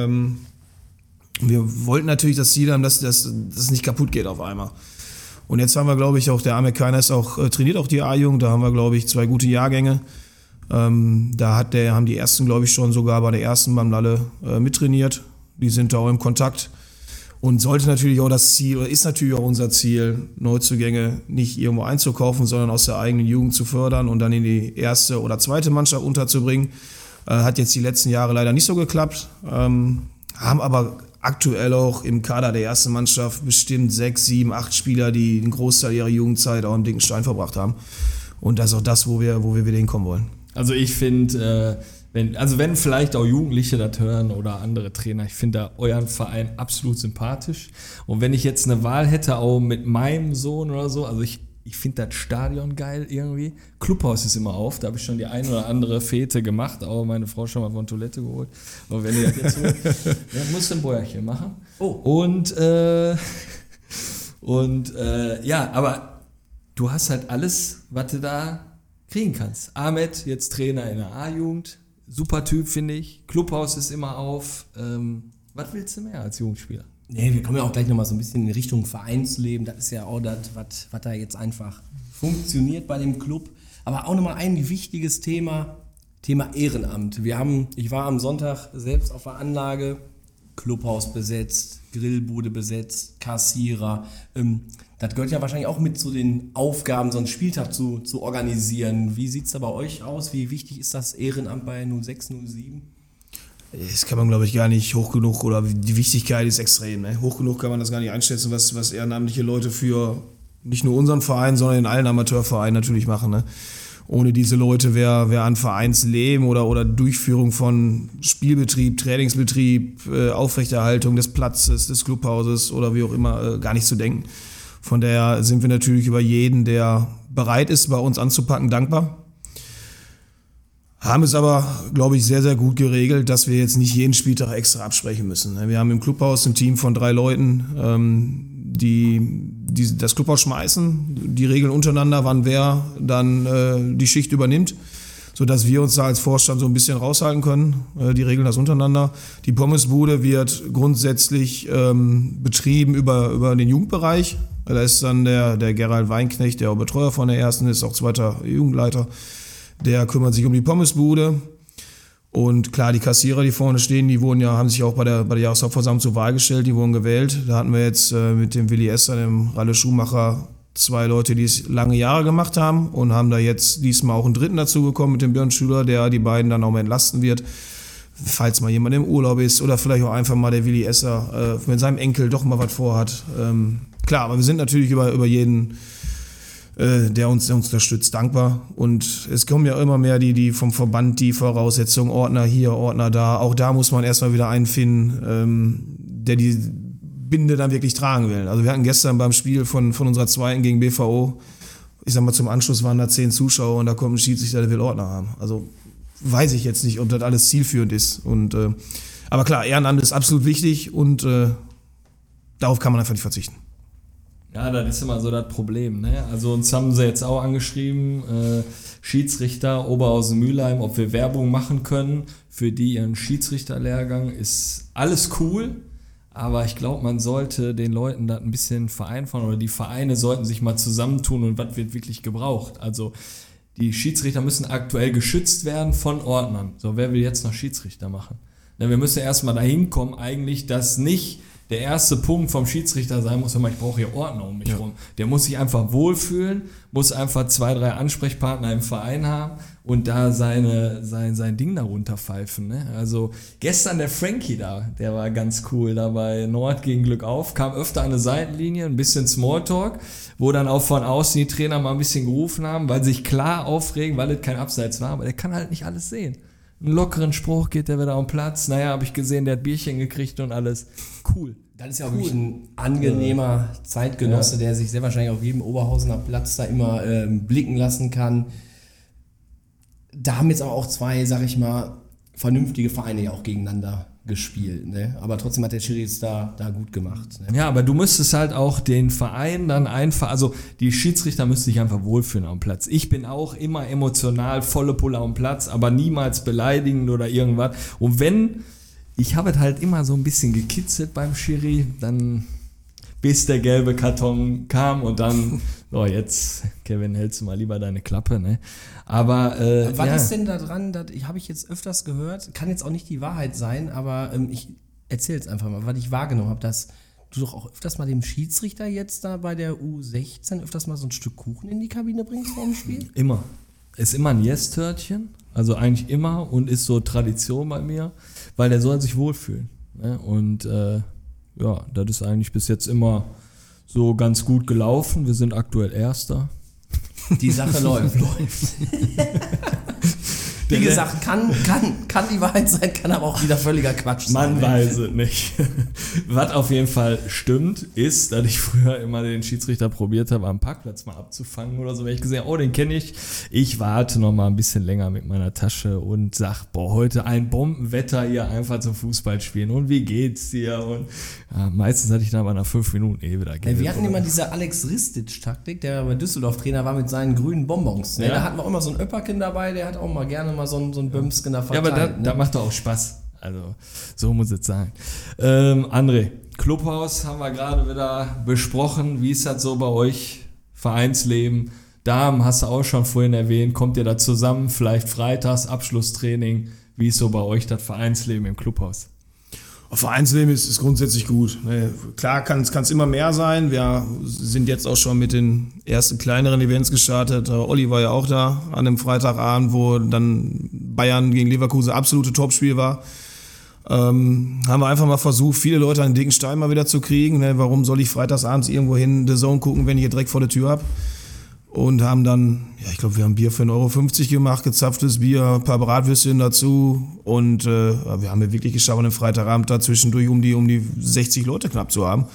Wir wollten natürlich das Ziel haben, dass das nicht kaputt geht auf einmal. Und jetzt haben wir, glaube ich, auch der Ahmed Keiner trainiert auch die A-Jugend, da haben wir, glaube ich, 2 gute Jahrgänge. Haben die ersten, glaube ich, schon sogar bei der ersten beim Lalle mittrainiert. Die sind da auch im Kontakt. Und sollte natürlich auch das Ziel, oder ist natürlich auch unser Ziel, Neuzugänge nicht irgendwo einzukaufen, sondern aus der eigenen Jugend zu fördern und dann in die erste oder zweite Mannschaft unterzubringen. Hat jetzt die letzten Jahre leider nicht so geklappt. Haben aber aktuell auch im Kader der ersten Mannschaft bestimmt 6, 7, 8 Spieler, die den Großteil ihrer Jugendzeit auch im dicken Stein verbracht haben. Und das ist auch das, wo wir wieder hinkommen wollen. Also ich finde, wenn vielleicht auch Jugendliche das hören oder andere Trainer, ich finde da euren Verein absolut sympathisch. Und wenn ich jetzt eine Wahl hätte, auch mit meinem Sohn oder so, also ich finde das Stadion geil irgendwie. Clubhaus ist immer auf, da habe ich schon die ein oder andere Fete gemacht, auch meine Frau schon mal von Toilette geholt. Und wenn ihr das jetzt holt, dann musst du ein Bäuerchen machen. Oh. Aber du hast halt alles, was du da kriegen kannst. Ahmed, jetzt Trainer in der A-Jugend, super Typ, finde ich. Clubhaus ist immer auf. Was willst du mehr als Jugendspieler? Nee, wir kommen ja auch gleich nochmal so ein bisschen in Richtung Vereinsleben. Das ist ja auch das, was da jetzt einfach funktioniert bei dem Club. Aber auch nochmal ein wichtiges Thema Ehrenamt. Ich war am Sonntag selbst auf der Anlage, Clubhaus besetzt, Grillbude besetzt, Kassierer. Das gehört ja wahrscheinlich auch mit zu den Aufgaben, so einen Spieltag zu organisieren. Wie sieht es da bei euch aus? Wie wichtig ist das Ehrenamt bei 06, 07? Das kann man, glaube ich, gar nicht hoch genug, oder die Wichtigkeit ist extrem. Ne? Hoch genug kann man das gar nicht einschätzen, was ehrenamtliche Leute für nicht nur unseren Verein, sondern in allen Amateurvereinen natürlich machen. Ne? Ohne diese Leute wäre an Vereinsleben oder Durchführung von Spielbetrieb, Trainingsbetrieb, Aufrechterhaltung des Platzes, des Clubhauses oder wie auch immer gar nicht zu denken. Von daher sind wir natürlich über jeden, der bereit ist, bei uns anzupacken, dankbar. Haben es aber, glaube ich, sehr, sehr gut geregelt, dass wir jetzt nicht jeden Spieltag extra absprechen müssen. Wir haben im Clubhaus ein Team von 3 Leuten, die das Clubhaus schmeißen. Die regeln untereinander, wann wer dann die Schicht übernimmt, sodass wir uns da als Vorstand so ein bisschen raushalten können. Die regeln das untereinander. Die Pommesbude wird grundsätzlich betrieben über den Jugendbereich. Da ist dann der Gerald Weinknecht, der auch Betreuer von der ersten ist, auch zweiter Jugendleiter. Der kümmert sich um die Pommesbude. Und klar, die Kassierer, die vorne stehen, haben sich auch bei der Jahreshauptversammlung zur Wahl gestellt, die wurden gewählt. Da hatten wir jetzt mit dem Willi Esser, dem Ralle Schumacher, 2 Leute, die es lange Jahre gemacht haben und haben da jetzt diesmal auch einen dritten dazu bekommen mit dem Björn Schüler, der die beiden dann auch mal entlasten wird, falls mal jemand im Urlaub ist oder vielleicht auch einfach mal der Willi Esser mit seinem Enkel doch mal was vorhat. Klar, aber wir sind natürlich über jeden, der uns unterstützt, dankbar. Und es kommen ja immer mehr die vom Verband die Voraussetzungen, Ordner hier, Ordner da. Auch da muss man erstmal wieder einen finden, der die Binde dann wirklich tragen will. Also wir hatten gestern beim Spiel von unserer zweiten gegen BVO, ich sag mal zum Anschluss waren da 10 Zuschauer und da kommt ein Schiedsrichter, der will Ordner haben. Also weiß ich jetzt nicht, ob das alles zielführend ist. Und aber klar, Ehrenamt ist absolut wichtig und darauf kann man einfach nicht verzichten. Ja, das ist immer so das Problem, ne? Also uns haben sie jetzt auch angeschrieben, Schiedsrichter Oberhausen-Mülheim, ob wir Werbung machen können für ihren Schiedsrichterlehrgang. Ist alles cool, aber ich glaube, man sollte den Leuten das ein bisschen vereinfachen oder die Vereine sollten sich mal zusammentun und was wird wirklich gebraucht. Also die Schiedsrichter müssen aktuell geschützt werden von Ordnern. So, wer will jetzt noch Schiedsrichter machen? Ja, wir müssen erstmal dahin kommen eigentlich, dass nicht der erste Punkt vom Schiedsrichter sein muss, ich brauche hier Ordner um mich rum. Der muss sich einfach wohlfühlen, muss einfach 2, 3 Ansprechpartner im Verein haben und da sein Ding darunter pfeifen. Ne? Also gestern der Frankie da, der war ganz cool, da bei Nord gegen Glück auf, kam öfter an eine Seitenlinie, ein bisschen Smalltalk, wo dann auch von außen die Trainer mal ein bisschen gerufen haben, weil sich klar aufregen, weil es kein Abseits war, aber der kann halt nicht alles sehen. Einen lockeren Spruch, geht der wieder auf den Platz. Naja, habe ich gesehen, der hat Bierchen gekriegt und alles. Cool. Das ist ja auch wirklich ein angenehmer Zeitgenosse, der sich sehr wahrscheinlich auf jedem Oberhausener Platz da immer blicken lassen kann. Da haben jetzt aber auch 2, sag ich mal, vernünftige Vereine ja auch gegeneinander gespielt. Ne? Aber trotzdem hat der Schiri jetzt da gut gemacht. Ne? Ja, aber du müsstest halt auch den Verein dann einfach, also die Schiedsrichter müssen sich einfach wohlfühlen am Platz. Ich bin auch immer emotional, volle Pulle am Platz, aber niemals beleidigend oder irgendwas. Und ich habe es halt immer so ein bisschen gekitzelt beim Schiri, dann bis der gelbe Karton kam und dann, so jetzt, Kevin, hältst du mal lieber deine Klappe, ne? Aber, was ist denn da dran, habe ich jetzt öfters gehört, kann jetzt auch nicht die Wahrheit sein, aber ich erzähle jetzt einfach mal, weil ich wahrgenommen habe, dass du doch auch öfters mal dem Schiedsrichter jetzt da bei der U16 öfters mal so ein Stück Kuchen in die Kabine bringst vor dem Spiel? Immer. Ist immer ein Yes-Törtchen, also eigentlich immer und ist so Tradition bei mir, weil der soll sich wohlfühlen. Ne? Und ja, das ist eigentlich bis jetzt immer so ganz gut gelaufen. Wir sind aktuell Erster. Die Sache läuft. Wie gesagt, kann die Wahrheit sein, kann aber auch wieder völliger Quatsch sein. Man weiß es nicht. Was auf jeden Fall stimmt, ist, dass ich früher immer den Schiedsrichter probiert habe, am Parkplatz mal abzufangen oder so. Wenn ich gesehen habe, oh, den kenne ich. Ich warte noch mal ein bisschen länger mit meiner Tasche und sag, boah, heute ein Bombenwetter hier einfach zum Fußball spielen. Und wie geht's dir? Und ja, meistens hatte ich dann aber nach 5 Minuten wieder Geld. Wir hatten immer diese Alex Ristic-Taktik, der bei Düsseldorf Trainer war mit seinen grünen Bonbons. Ne? Ja. Da hatten wir auch immer so ein Öpperchen dabei, der hat auch mal gerne mal so ein Bömsken da verteilt. Ja, aber da macht doch auch Spaß. Also, so muss es sein. André, Clubhaus haben wir gerade wieder besprochen. Wie ist das so bei euch? Vereinsleben? Damen hast du auch schon vorhin erwähnt. Kommt ihr da zusammen? Vielleicht freitags, Abschlusstraining. Wie ist so bei euch das Vereinsleben im Clubhaus? Vereinsleben ist grundsätzlich gut. Klar kann es immer mehr sein. Wir sind jetzt auch schon mit den ersten kleineren Events gestartet. Olli war ja auch da an einem Freitagabend, wo dann Bayern gegen Leverkusen absolute Topspiel war. Haben wir einfach mal versucht, viele Leute an den dicken Stein mal wieder zu kriegen. Warum soll ich freitagsabends irgendwo hin The Zone gucken, wenn ich hier direkt vor der Tür habe? Und haben dann, ja, ich glaube, wir haben Bier für 1,50 € gemacht, gezapftes Bier, ein paar Bratwürstchen dazu. Und wir haben ja wirklich geschafft, an einem Freitagabend da zwischendurch um die 60 Leute knapp zu haben.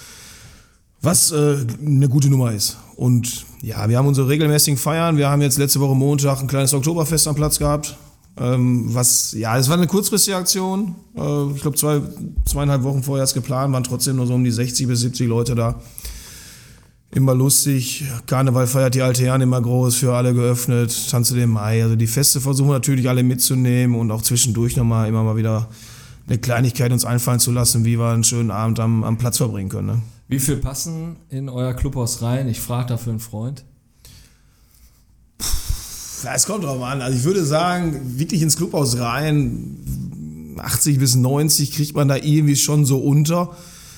Was eine gute Nummer ist. Und ja, wir haben unsere regelmäßigen Feiern. Wir haben jetzt letzte Woche Montag ein kleines Oktoberfest am Platz gehabt. Es war eine kurzfristige Aktion. Ich glaube, 2,5 Wochen vorher ist geplant, waren trotzdem nur so um die 60 bis 70 Leute da. Immer lustig. Karneval feiert die alte Herren immer groß, für alle geöffnet. Tanze den Mai. Also die Feste versuchen wir natürlich alle mitzunehmen und auch zwischendurch immer mal wieder eine Kleinigkeit uns einfallen zu lassen, wie wir einen schönen Abend am Platz verbringen können. Ne? Wie viel passen in euer Clubhaus rein? Ich frage dafür einen Freund. Ja, es kommt drauf an. Also ich würde sagen, wirklich ins Clubhaus rein, 80 bis 90 kriegt man da irgendwie schon so unter.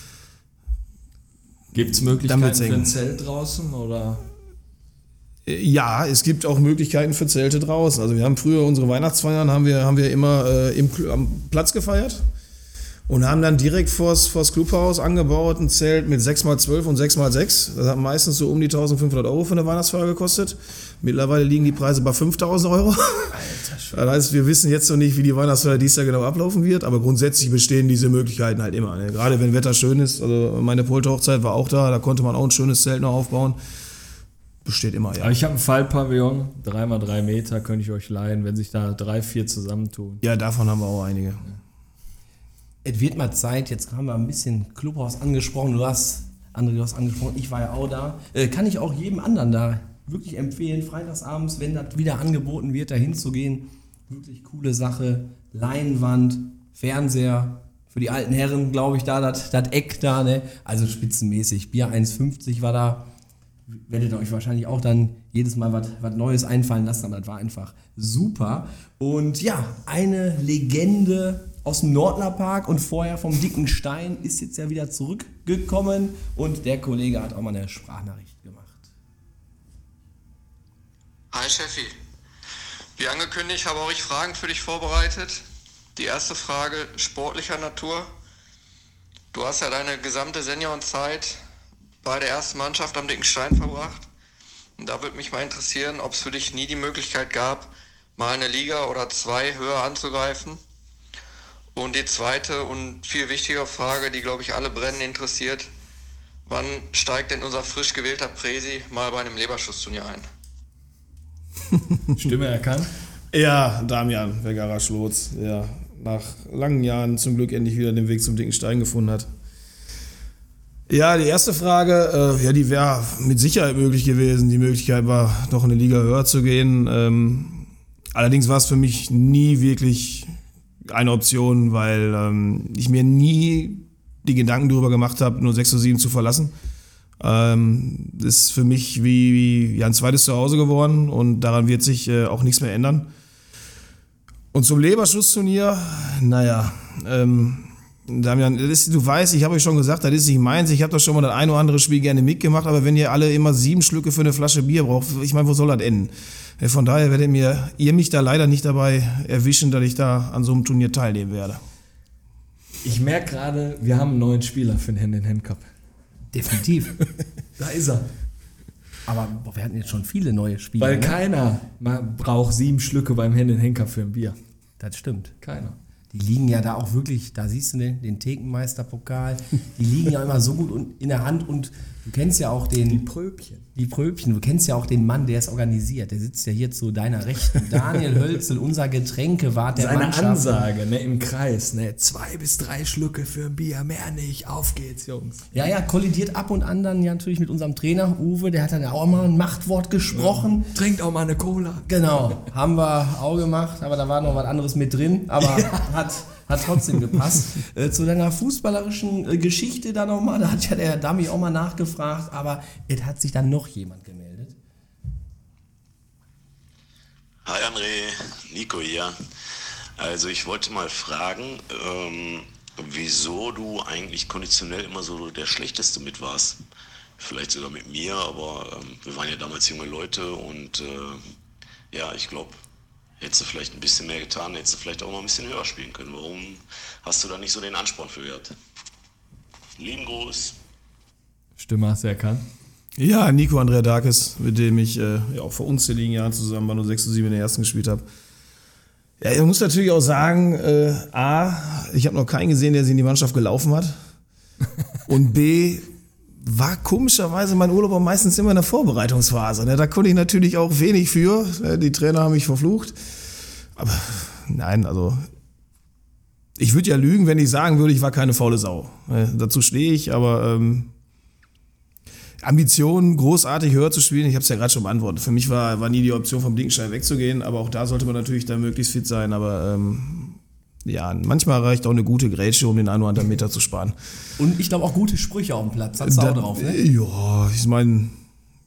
Gibt es Möglichkeiten für ein Zelt draußen oder? Ja, es gibt auch Möglichkeiten für Zelte draußen. Also wir haben früher unsere Weihnachtsfeiern haben wir immer am Platz gefeiert und haben dann direkt vors Clubhaus angebaut ein Zelt mit 6x12 und 6x6. Das hat meistens so um die 1.500 € für eine Weihnachtsfeier gekostet. Mittlerweile liegen die Preise bei 5.000 €. Alter, das heißt, wir wissen jetzt noch nicht, wie die Weihnachtsfeier dieses Jahr genau ablaufen wird, aber grundsätzlich bestehen diese Möglichkeiten halt immer. Ne? Gerade wenn Wetter schön ist, also meine Polte-Hochzeit war auch da konnte man auch ein schönes Zelt noch aufbauen. Besteht immer, ja. Aber ich habe einen Fallpavillon, 3x3 Meter, könnte ich euch leihen, wenn sich da 3, 4 zusammentun. Ja, davon haben wir auch einige. Ja. Es wird mal Zeit, jetzt haben wir ein bisschen Clubhaus angesprochen, André, du hast angesprochen, ich war ja auch da. Kann ich auch jedem anderen da wirklich empfehlen, freitagsabends, wenn das wieder angeboten wird, da hinzugehen. Wirklich coole Sache, Leinwand, Fernseher, für die alten Herren, glaube ich, da das Eck da, ne? Also spitzenmäßig, Bier 1,50 war da. Werdet ihr euch wahrscheinlich auch dann jedes Mal was Neues einfallen lassen, aber das war einfach super. Und ja, eine Legende aus dem Nordlerpark und vorher vom Dicken Stein ist jetzt ja wieder zurückgekommen und der Kollege hat auch mal eine Sprachnachricht gemacht. Hi Steffi, wie angekündigt habe auch ich Fragen für dich vorbereitet. Die erste Frage sportlicher Natur. Du hast ja deine gesamte Seniorenzeit bei der ersten Mannschaft am Dicken Stein verbracht. Und da würde mich mal interessieren, ob es für dich nie die Möglichkeit gab, mal eine Liga oder 2 höher anzugreifen. Und die zweite und viel wichtigere Frage, die glaube ich alle brennend interessiert: Wann steigt denn unser frisch gewählter Präsi mal bei einem Leberschussturnier ein? Stimme erkannt? Ja, Damian Vergara-Schlotz, ja, nach langen Jahren zum Glück endlich wieder den Weg zum Dicken Stein gefunden hat. Ja, die erste Frage, die wäre mit Sicherheit möglich gewesen. Die Möglichkeit war, noch eine Liga höher zu gehen. Allerdings war es für mich nie wirklich eine Option, weil ich mir nie die Gedanken darüber gemacht habe, nur 6-7 zu verlassen. Das ist für mich wie ein zweites Zuhause geworden und daran wird sich auch nichts mehr ändern. Und zum Leberschussturnier, Damian, du weißt, ich habe euch schon gesagt, das ist nicht meins. Ich habe da schon mal das ein oder andere Spiel gerne mitgemacht, aber wenn ihr alle immer 7 Schlücke für eine Flasche Bier braucht, ich meine, wo soll das enden? Von daher werdet ihr mich da leider nicht dabei erwischen, dass ich da an so einem Turnier teilnehmen werde. Ich merke gerade, wir haben einen neuen Spieler für den Hand-in-Hand-Cup. Definitiv. Da ist er. Aber wir hatten jetzt schon viele neue Spieler. Weil keiner braucht 7 Schlücke beim Hand-in-Hand-Cup für ein Bier. Das stimmt. Keiner. Die liegen ja da auch wirklich, da siehst du den Thekenmeisterpokal, die liegen ja immer so gut in der Hand und du kennst ja auch den... Die Pröbchen, du kennst ja auch den Mann, der es organisiert, der sitzt ja hier zu deiner Rechten. Daniel Hölzel, unser Getränkewart der Mannschaft. Seine Ansage, im Kreis, 2 bis 3 Schlücke für ein Bier, mehr nicht, auf geht's, Jungs. Ja, kollidiert ab und an dann ja natürlich mit unserem Trainer Uwe, der hat dann auch mal ein Machtwort gesprochen. Ja. Trinkt auch mal eine Cola. Genau, haben wir auch gemacht, aber da war noch was anderes mit drin, aber hat trotzdem gepasst. Zu deiner fußballerischen Geschichte da nochmal, da hat ja der Dummy auch mal nachgefragt, aber es hat sich dann noch jemand gemeldet. Hi André, Nico hier. Also ich wollte mal fragen, wieso du eigentlich konditionell immer so der Schlechteste mit warst. Vielleicht sogar mit mir, aber wir waren ja damals junge Leute und ich glaube, hättest du vielleicht ein bisschen mehr getan, hättest du vielleicht auch mal ein bisschen höher spielen können. Warum hast du da nicht so den Ansporn für gehabt? Lieben Gruß. Stimme hast du erkannt? Ja, Nico Andreadakis, mit dem ich auch vor unzähligen Jahren zusammen bei 06-07 in der ersten gespielt habe. Ja, ich muss natürlich auch sagen, ich habe noch keinen gesehen, der sich in die Mannschaft gelaufen hat. Und B, war komischerweise mein Urlaub auch meistens immer in der Vorbereitungsphase. Da konnte ich natürlich auch wenig für. Die Trainer haben mich verflucht. Aber nein, also ich würde ja lügen, wenn ich sagen würde, ich war keine faule Sau. Dazu stehe ich, aber Ambitionen, großartig höher zu spielen, ich habe es ja gerade schon beantwortet. Für mich war nie die Option, vom Dickenstein wegzugehen, aber auch da sollte man natürlich dann möglichst fit sein. Aber manchmal reicht auch eine gute Grätsche, um den einen oder anderen Meter zu sparen. Und ich glaube auch gute Sprüche auf dem Platz, hat's da auch drauf, ne? Ja, ich meine,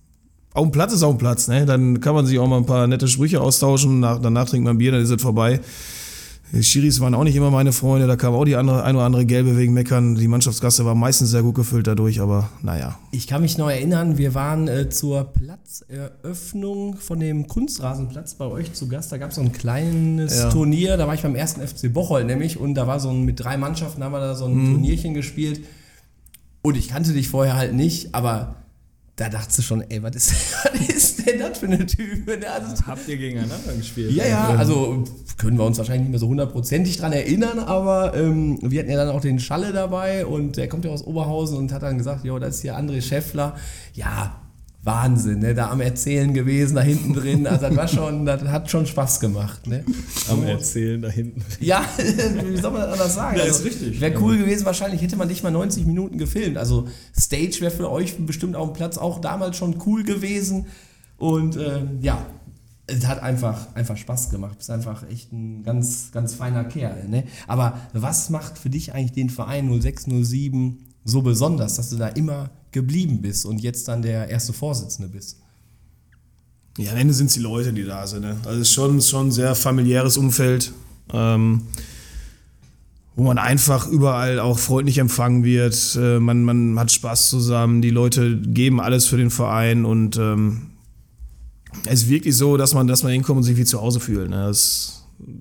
auf dem Platz ist auf dem Platz, ne? Dann kann man sich auch mal ein paar nette Sprüche austauschen, danach trinkt man Bier, dann ist es vorbei. Die Schiris waren auch nicht immer meine Freunde, da kam auch die eine oder andere Gelbe wegen Meckern. Die Mannschaftsgasse war meistens sehr gut gefüllt dadurch, aber naja. Ich kann mich noch erinnern, wir waren zur Platzeröffnung von dem Kunstrasenplatz bei euch zu Gast. Da gab es so ein kleines Turnier, da war ich beim 1. FC Bocholt nämlich und da war so mit 3 Mannschaften, haben wir da so ein Turnierchen gespielt und ich kannte dich vorher halt nicht, aber da dachtest du schon, ey, was ist denn das für eine Type? Also, Habt ihr gegeneinander gespielt? ja, also können wir uns wahrscheinlich nicht mehr so 100%ig dran erinnern, aber wir hatten ja dann auch den Schalle dabei und der kommt ja aus Oberhausen und hat dann gesagt, jo, das ist hier André Schäffler. Ja, Wahnsinn, ne? Da am Erzählen gewesen, da hinten drin, also das hat schon Spaß gemacht. Ne? Am Erzählen da hinten. Ja, wie soll man das anders sagen? Ja, also, ist richtig. Wäre cool gewesen, wahrscheinlich hätte man dich mal 90 Minuten gefilmt. Also Stage wäre für euch bestimmt auf dem Platz auch damals schon cool gewesen. Und es hat einfach Spaß gemacht. Du bist einfach echt ein ganz, ganz feiner Kerl. Ne? Aber was macht für dich eigentlich den Verein 0607 so besonders, dass du da immer geblieben bist und jetzt dann der erste Vorsitzende bist? Ja, am Ende sind es die Leute, die da sind. Ne? Also es ist schon ein sehr familiäres Umfeld, wo man einfach überall auch freundlich empfangen wird. Man hat Spaß zusammen, die Leute geben alles für den Verein und es ist wirklich so, dass man hinkommt und sich wie zu Hause fühlt. Ne? Das ist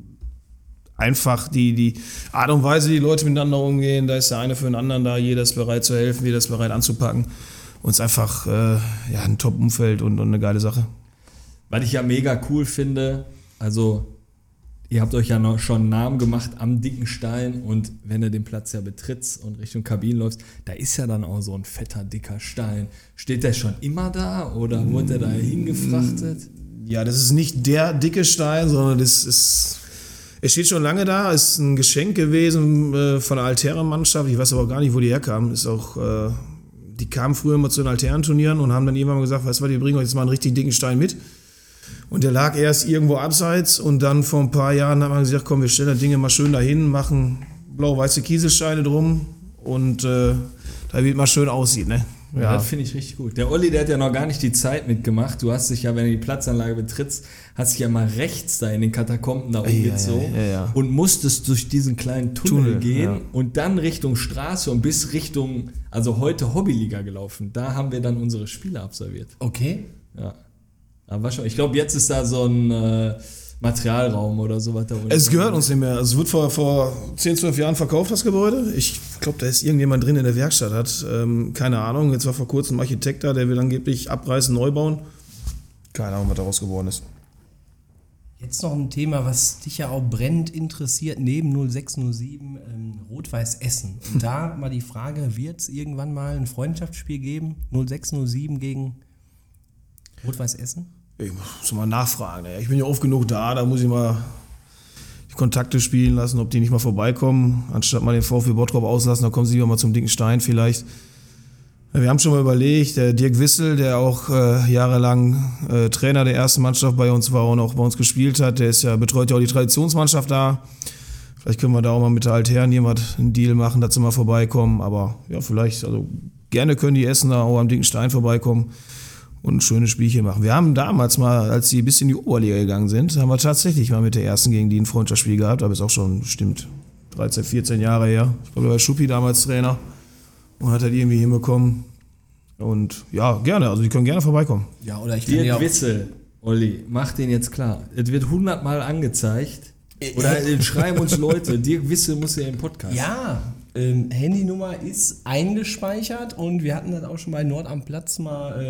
einfach die Art und Weise, wie die Leute miteinander umgehen, da ist der eine für den anderen da, jeder ist bereit zu helfen, jeder ist bereit anzupacken. Und es ist einfach ein Top-Umfeld und eine geile Sache. Was ich ja mega cool finde, also ihr habt euch ja noch schon einen Namen gemacht am dicken Stein und wenn du den Platz ja betrittst und Richtung Kabinen läufst, da ist ja dann auch so ein fetter, dicker Stein. Steht der schon immer da oder wurde der da hingefrachtet? Ja, das ist nicht der dicke Stein, sondern es steht schon lange da, ist ein Geschenk gewesen von der Altherren-Mannschaft. Ich weiß aber auch gar nicht, wo die herkamen. Die kamen früher immer zu den Altherren-Turnieren und haben dann irgendwann mal gesagt, weißt du was, wir bringen euch jetzt mal einen richtig dicken Stein mit. Und der lag erst irgendwo abseits und dann vor ein paar Jahren hat man gesagt, komm, wir stellen das Ding mal schön dahin, machen blau-weiße Kieselsteine drum und da wird mal schön aussieht, ne? Ja, das finde ich richtig gut. Der Olli, der hat ja noch gar nicht die Zeit mitgemacht. Du hast dich ja, wenn du die Platzanlage betrittst, hast dich ja mal rechts da in den Katakomben da umgezogen und musstest durch diesen kleinen Tunnel gehen und dann Richtung Straße und bis Richtung, also heute Hobbyliga gelaufen. Da haben wir dann unsere Spiele absolviert. Okay. Ja. Aber ich glaube, jetzt ist da so ein Materialraum oder sowas da unten. Es gehört uns nicht mehr. Also es wird vor 10, 12 Jahren verkauft, das Gebäude. Ich glaube, da ist irgendjemand drin in der Werkstatt, hat keine Ahnung. Jetzt war vor kurzem ein Architekt da, der will angeblich abreißen, neu bauen. Keine Ahnung, was daraus geworden ist. Jetzt noch ein Thema, was dich ja auch brennend interessiert, neben 0607, Rot-Weiß Essen. Und da mal die Frage, wird es irgendwann mal ein Freundschaftsspiel geben, 0607 gegen Rot-Weiß Essen? Ich muss mal nachfragen. Ich bin ja oft genug da muss ich mal die Kontakte spielen lassen, ob die nicht mal vorbeikommen, anstatt mal den VfB Bottrop auslassen, dann kommen sie lieber mal zum dicken Stein vielleicht. Wir haben schon mal überlegt, der Dirk Wissel, der auch jahrelang Trainer der ersten Mannschaft bei uns war und auch bei uns gespielt hat, der betreut ja auch die Traditionsmannschaft da. Vielleicht können wir da auch mal mit der Altherren einen Deal machen, dass sie mal vorbeikommen, aber ja, vielleicht, also gerne können die Essener auch am dicken Stein vorbeikommen und ein schönes Spielchen machen. Wir haben damals mal, als sie bis in die Oberliga gegangen sind, haben wir tatsächlich mal mit der ersten gegen die ein Freundschaftsspiel gehabt, aber ist auch schon bestimmt 13, 14 Jahre her. Ich glaube, da war Schuppi damals Trainer und hat das irgendwie hinbekommen. Und ja, gerne, also die können gerne vorbeikommen. Ja, oder ich kann Dirk Wissel, Olli, mach den jetzt klar. Es wird 100 Mal angezeigt. Oder schreiben uns Leute, Dirk Wissel muss ja im Podcast. Ja, Handynummer ist eingespeichert und wir hatten das auch schon bei Nord am Platz mal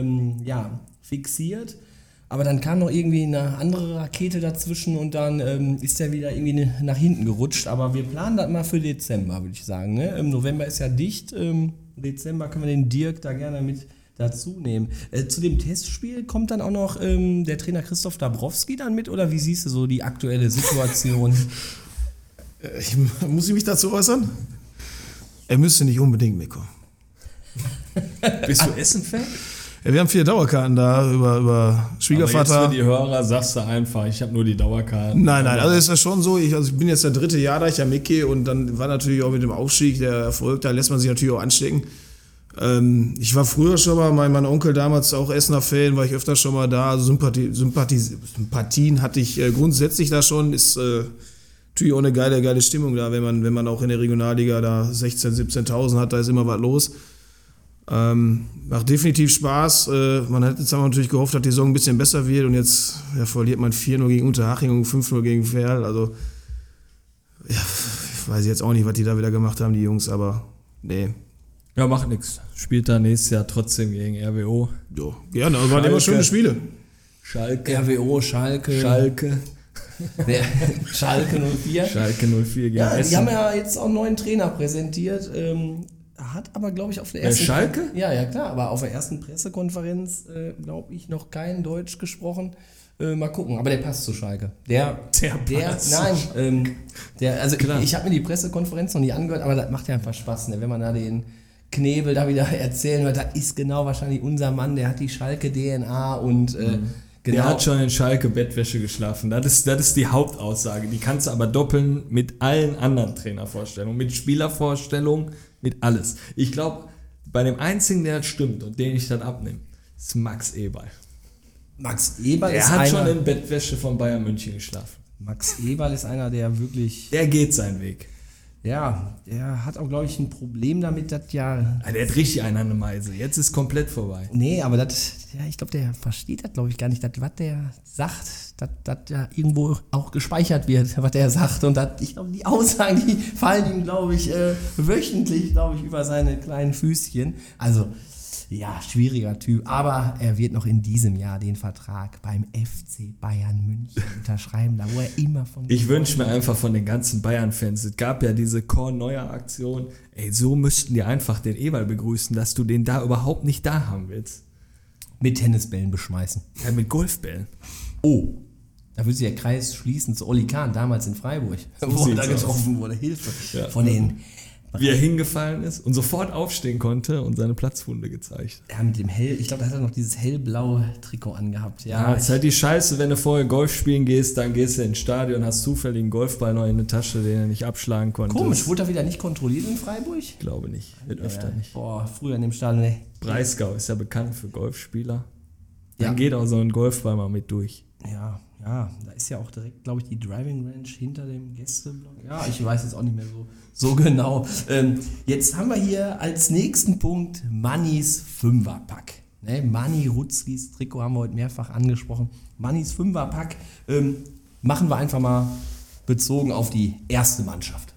fixiert. Aber dann kam noch irgendwie eine andere Rakete dazwischen und dann ist der wieder irgendwie nach hinten gerutscht. Aber wir planen das mal für Dezember, würde ich sagen. Ne? Im November ist ja dicht. Dezember können wir den Dirk da gerne mit dazu nehmen. Zu dem Testspiel kommt dann auch noch der Trainer Christoph Dabrowski dann mit oder wie siehst du so die aktuelle Situation? Muss ich mich dazu äußern? Er müsste nicht unbedingt mitkommen. Bist du Essen-Fan? Ja, wir haben 4 Dauerkarten da über Schwiegervater. Aber jetzt für die Hörer sagst du einfach, ich habe nur die Dauerkarten. Nein, also ist das schon so, ich bin jetzt der 3. Jahr da, ich ja mitgehe und dann war natürlich auch mit dem Aufstieg der Erfolg, da lässt man sich natürlich auch anstecken. Ich war früher schon mal, mein Onkel damals auch Essener Fan, war ich öfter schon mal da. Also Sympathien hatte ich grundsätzlich da schon. Ist natürlich auch eine geile Stimmung da, wenn man auch in der Regionalliga da 16.000, 17.000 hat, da ist immer was los. Macht definitiv Spaß. Man hat jetzt natürlich gehofft, dass die Saison ein bisschen besser wird und jetzt verliert man 4-0 gegen Unterhaching und 5-0 gegen Verl. Also ja, ich weiß jetzt auch nicht, was die da wieder gemacht haben, die Jungs, aber nee. Ja, macht nichts. Spielt da nächstes Jahr trotzdem gegen RWO. Jo, gerne, aber waren immer schöne Spiele. Schalke. RWO, Schalke. Schalke 04. Schalke 04 gegen Ja, Essen. die haben ja jetzt auch einen neuen Trainer präsentiert. Hat aber, glaube ich, auf der ersten... Schalke? Ja, klar, aber auf der ersten Pressekonferenz, glaube ich, noch kein Deutsch gesprochen. Mal gucken, aber der passt zu Schalke. Der passt. Nein, ich habe mir die Pressekonferenz noch nie angehört, aber das macht ja einfach Spaß, ne? Wenn man da den Knebel da wieder erzählen wird, das ist genau wahrscheinlich unser Mann, der hat die Schalke-DNA und genau. Der hat schon in Schalke Bettwäsche geschlafen. Das ist die Hauptaussage. Die kannst du aber doppeln mit allen anderen Trainervorstellungen, mit Spielervorstellungen, mit alles. Ich glaube, bei dem einzigen, der das stimmt und den ich dann abnehme, ist Max Eberl. Max Eberl Der ist hat einer, schon in Bettwäsche von Bayern München geschlafen. Max Eberl ist einer, der wirklich... Der geht seinen Weg. Ja, der hat auch, glaube ich, ein Problem damit, dass ja... Der hat richtig einen an der Meise. Jetzt ist komplett vorbei. Nee, aber ich glaube, der versteht das, glaube ich, gar nicht, dass was der sagt, dass ja irgendwo auch gespeichert wird, was der sagt. Und ich glaube, die Aussagen, die fallen ihm, glaube ich, wöchentlich, über seine kleinen Füßchen. Also, ja, schwieriger Typ. Aber er wird noch in diesem Jahr den Vertrag beim FC Bayern München unterschreiben, da wo er immer von... Ich wünsche mir einfach von den ganzen Bayern-Fans, es gab ja diese Korn-Neuer-Aktion, so müssten die einfach den Eberl begrüßen, dass du den da überhaupt nicht da haben willst. Mit Tennisbällen beschmeißen. Ja, mit Golfbällen. Oh, da würde sich der Kreis schließen zu Olli Kahn, damals in Freiburg, wo er da getroffen wurde. Hilfe. Ja. Von den... Wie er hingefallen ist und sofort aufstehen konnte und seine Platzwunde gezeigt. Ja, mit dem ich glaube, da hat er noch dieses hellblaue Trikot angehabt. Ja, ist halt die Scheiße, wenn du vorher Golf spielen gehst, dann gehst du ins Stadion, hast zufällig einen Golfball noch in der Tasche, den du nicht abschlagen konntest. Komisch, wurde er wieder nicht kontrolliert in Freiburg? Ich glaube nicht, wird öfter nicht. Boah, früher in dem Stadion, ne. Breisgau ist ja bekannt für Golfspieler. Dann Ja. geht auch so ein Golfball mal mit durch. Ja, da ist ja auch direkt, glaube ich, die Driving Range hinter dem Gästeblock. Ja, ich weiß jetzt auch nicht mehr so genau. Jetzt haben wir hier als nächsten Punkt Mannys Fünferpack. Ne, Manni Rutzkis Trikot haben wir heute mehrfach angesprochen. Mannys Fünferpack machen wir einfach mal bezogen auf die erste Mannschaft.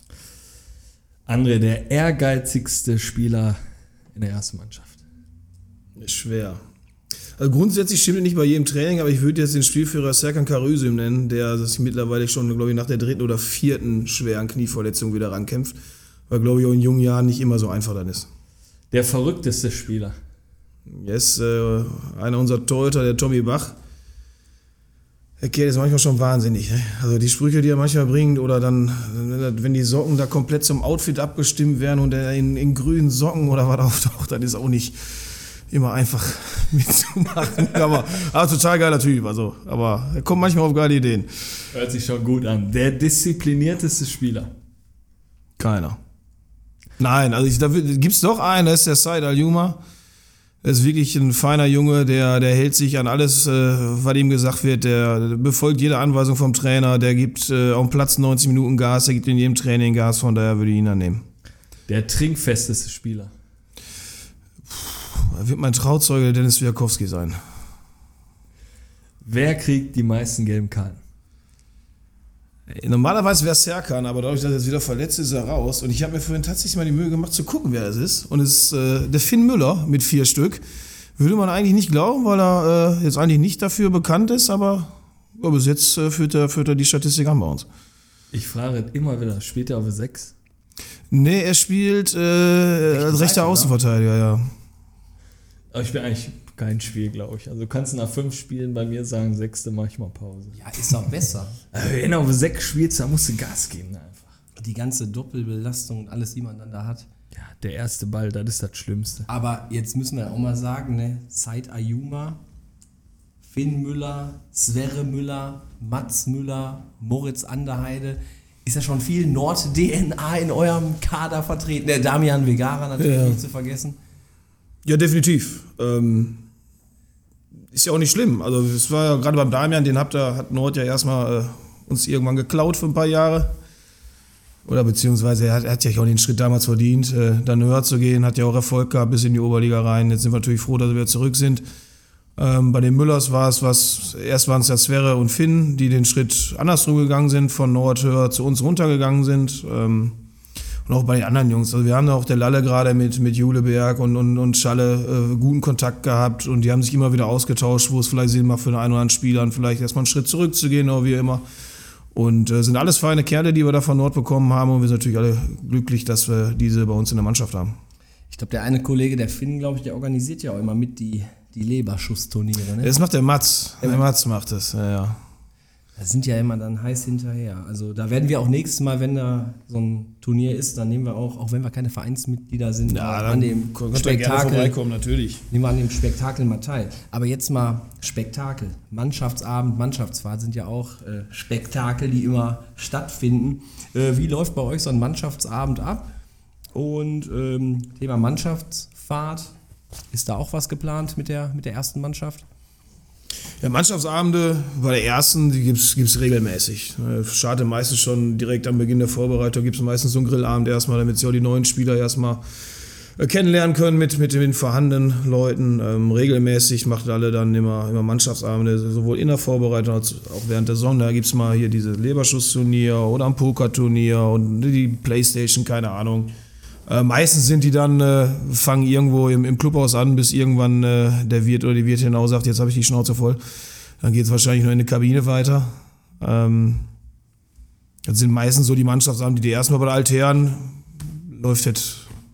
André, der ehrgeizigste Spieler in der ersten Mannschaft. Ist schwer. Also grundsätzlich stimmt nicht bei jedem Training, aber ich würde jetzt den Spielführer Serkan Karüsüm nennen, der sich mittlerweile schon, glaube ich, nach der 3. oder 4. schweren Knieverletzung wieder rankämpft, weil, glaube ich, auch in jungen Jahren nicht immer so einfach dann ist. Der verrückteste Spieler. Jetzt einer unserer Torhüter, der Tommy Bach. Der Kerl ist manchmal schon wahnsinnig. Ne? Also die Sprüche, die er manchmal bringt, oder dann, wenn die Socken da komplett zum Outfit abgestimmt werden und er in grünen Socken oder was auftaucht, dann ist auch nicht immer einfach mitzumachen. aber total geiler Typ. Also, aber er kommt manchmal auf geile Ideen. Hört sich schon gut an. Der disziplinierteste Spieler. Keiner. Nein, also da gibt es doch einen, das ist der Said Al-Juma. Er ist wirklich ein feiner Junge, der hält sich an alles, was ihm gesagt wird. Der befolgt jede Anweisung vom Trainer. Der gibt auf dem Platz 90 Minuten Gas. Der gibt in jedem Training Gas. Von daher würde ich ihn dann nehmen. Der trinkfesteste Spieler. Wird mein Trauzeuge Dennis Wiakowski sein. Wer kriegt die meisten gelben Karten? Normalerweise wäre es Serkan, aber dadurch, dass er jetzt wieder verletzt ist, ist er raus. Und ich habe mir vorhin tatsächlich mal die Mühe gemacht, zu gucken, wer es ist. Und es ist der Finn Müller mit 4 Stück. Würde man eigentlich nicht glauben, weil er jetzt eigentlich nicht dafür bekannt ist, aber bis jetzt führt er die Statistik an bei uns. Ich frage immer wieder, spielt er auf 6? Nee, er spielt als rechter Außenverteidiger, ja. Aber ich bin eigentlich kein Spiel, glaube ich. Also du kannst nach 5 Spielen bei mir sagen, 6. mache ich mal Pause. Ja, ist auch besser. Wenn du auf 6 spielst, dann musst du Gas geben einfach. Die ganze Doppelbelastung und alles, die man dann da hat. Ja, der erste Ball, das ist das Schlimmste. Aber jetzt müssen wir auch mal sagen, ne, Said Al-Juma, Finn Müller, Sverre Müller, Mats Müller, Moritz Anderheide, ist ja schon viel Nord-DNA in eurem Kader vertreten. Der Damian Vegara natürlich nicht zu vergessen. Ja, definitiv. Ist ja auch nicht schlimm. Also es war ja gerade beim Damian, hat Nord ja erstmal uns irgendwann geklaut für ein paar Jahre. Oder beziehungsweise er hat ja auch den Schritt damals verdient, dann höher zu gehen, hat ja auch Erfolg gehabt bis in die Oberliga rein. Jetzt sind wir natürlich froh, dass wir wieder zurück sind. Bei den Müllers erst waren es ja Sverre und Finn, die den Schritt andersrum gegangen sind, von Nord höher zu uns runtergegangen sind. Und auch bei den anderen Jungs. Also wir haben auch der Lalle gerade mit Juleberg und Schalle guten Kontakt gehabt und die haben sich immer wieder ausgetauscht, wo es vielleicht Sinn macht für den einen oder anderen Spieler, vielleicht erstmal einen Schritt zurückzugehen oder wie immer. Und sind alles feine Kerle, die wir da von Nord bekommen haben und wir sind natürlich alle glücklich, dass wir diese bei uns in der Mannschaft haben. Ich glaube, der eine Kollege, der Finn, glaube ich, der organisiert ja auch immer mit die Leberschussturniere. Ne? Das macht der Mats. Der Mats macht das, ja. Da sind ja immer dann heiß hinterher. Also da werden wir auch nächstes Mal, wenn da so ein Turnier ist, dann nehmen wir auch wenn wir keine Vereinsmitglieder sind, an dem Spektakel vorbeikommen, natürlich. Nehmen wir an dem Spektakel mal teil. Aber jetzt mal Spektakel. Mannschaftsabend, Mannschaftsfahrt sind ja auch Spektakel, die immer stattfinden. Wie läuft bei euch so ein Mannschaftsabend ab? Und Thema Mannschaftsfahrt, ist da auch was geplant mit der ersten Mannschaft? Ja, Mannschaftsabende bei der ersten, die gibt's regelmäßig. Startet meistens schon direkt am Beginn der Vorbereitung, gibt es meistens so einen Grillabend erstmal, damit sie auch die neuen Spieler erstmal kennenlernen können mit den vorhandenen Leuten. Regelmäßig macht alle dann immer Mannschaftsabende, sowohl in der Vorbereitung als auch während der Saison. Da gibt es mal hier diese Leberschussturnier oder ein Pokerturnier und die Playstation, keine Ahnung. Meistens sind die dann, fangen irgendwo im Clubhaus an, bis irgendwann der Wirt oder die Wirtin auch sagt, jetzt habe ich die Schnauze voll. Dann geht es wahrscheinlich nur in die Kabine weiter. Das sind meistens so die Mannschaftsabende, die erstmal bei der Altherren läuft jetzt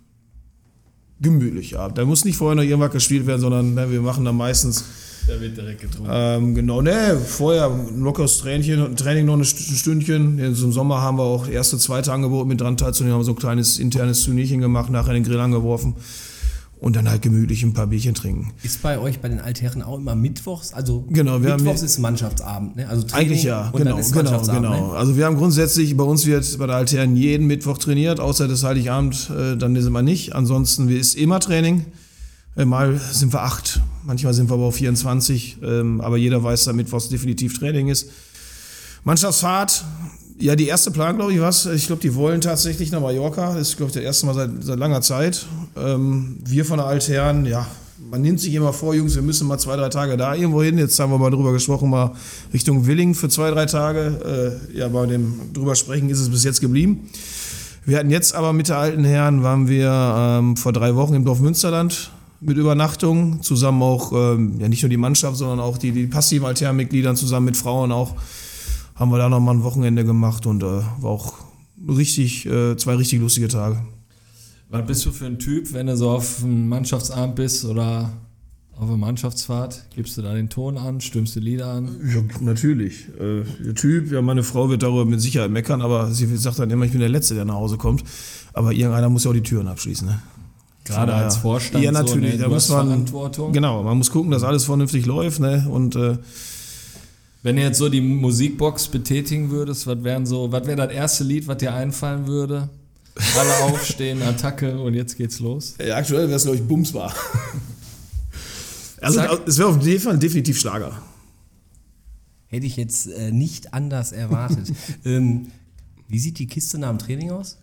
gemütlich ab. Da muss nicht vorher noch irgendwas gespielt werden, sondern wir machen dann meistens... Da wird direkt getrunken. Genau, vorher ein lockeres Training noch ein Stündchen. Jetzt im Sommer haben wir auch erste, zweite Angebot mit dran teilzunehmen, haben so ein kleines internes Turnierchen gemacht, nachher den Grill angeworfen und dann halt gemütlich ein paar Bierchen trinken. Ist bei euch bei den Altherren auch immer mittwochs? Also genau, mittwochs ist Mannschaftsabend, ne? Also Training eigentlich ja, und dann ist Mannschaftsabend, genau. Ne? Also wir haben grundsätzlich, bei uns wird bei der Altherren jeden Mittwoch trainiert, außer das Heiligabend, dann ist immer nicht. Ansonsten ist immer Training. Mal sind wir 8, manchmal sind wir aber auch 24, aber jeder weiß damit, was definitiv Training ist. Mannschaftsfahrt, ja, die erste Plan, glaube ich, ich glaube, die wollen tatsächlich nach Mallorca, das ist, glaube ich, das erste Mal seit langer Zeit. Wir von der Altherren, ja, man nimmt sich immer vor, Jungs, wir müssen mal 2-3 Tage da irgendwo hin. Jetzt haben wir mal drüber gesprochen, mal Richtung Willing für 2-3 Tage. Bei dem drüber sprechen ist es bis jetzt geblieben. Wir hatten jetzt aber mit der alten Herren, waren wir vor 3 Wochen im Dorf Münsterland mit Übernachtung, zusammen auch, nicht nur die Mannschaft, sondern auch die passiven Altherrenmitgliedern, zusammen mit Frauen auch, haben wir da nochmal ein Wochenende gemacht und war auch richtig, 2 richtig lustige Tage. Was bist du für ein Typ, wenn du so auf einem Mannschaftsabend bist oder auf einer Mannschaftsfahrt? Gibst du da den Ton an, stimmst du Lieder an? Ja, natürlich. Der Typ, ja, meine Frau wird darüber mit Sicherheit meckern, aber sie sagt dann immer, ich bin der Letzte, der nach Hause kommt. Aber irgendeiner muss ja auch die Türen abschließen, ne? Gerade als Vorstand, ja, natürlich. So, ne? Da muss man Verantwortung. Genau, man muss gucken, dass alles vernünftig läuft, ne? Und wenn du jetzt so die Musikbox betätigen würdest, was wäre das erste Lied, was dir einfallen würde? Alle aufstehen, Attacke und jetzt geht's los. Ja, aktuell wäre es, glaube ich, Bumsbar. Also es wäre auf jeden Fall definitiv Schlager. Hätte ich jetzt nicht anders erwartet. Wie sieht die Kiste nach dem Training aus?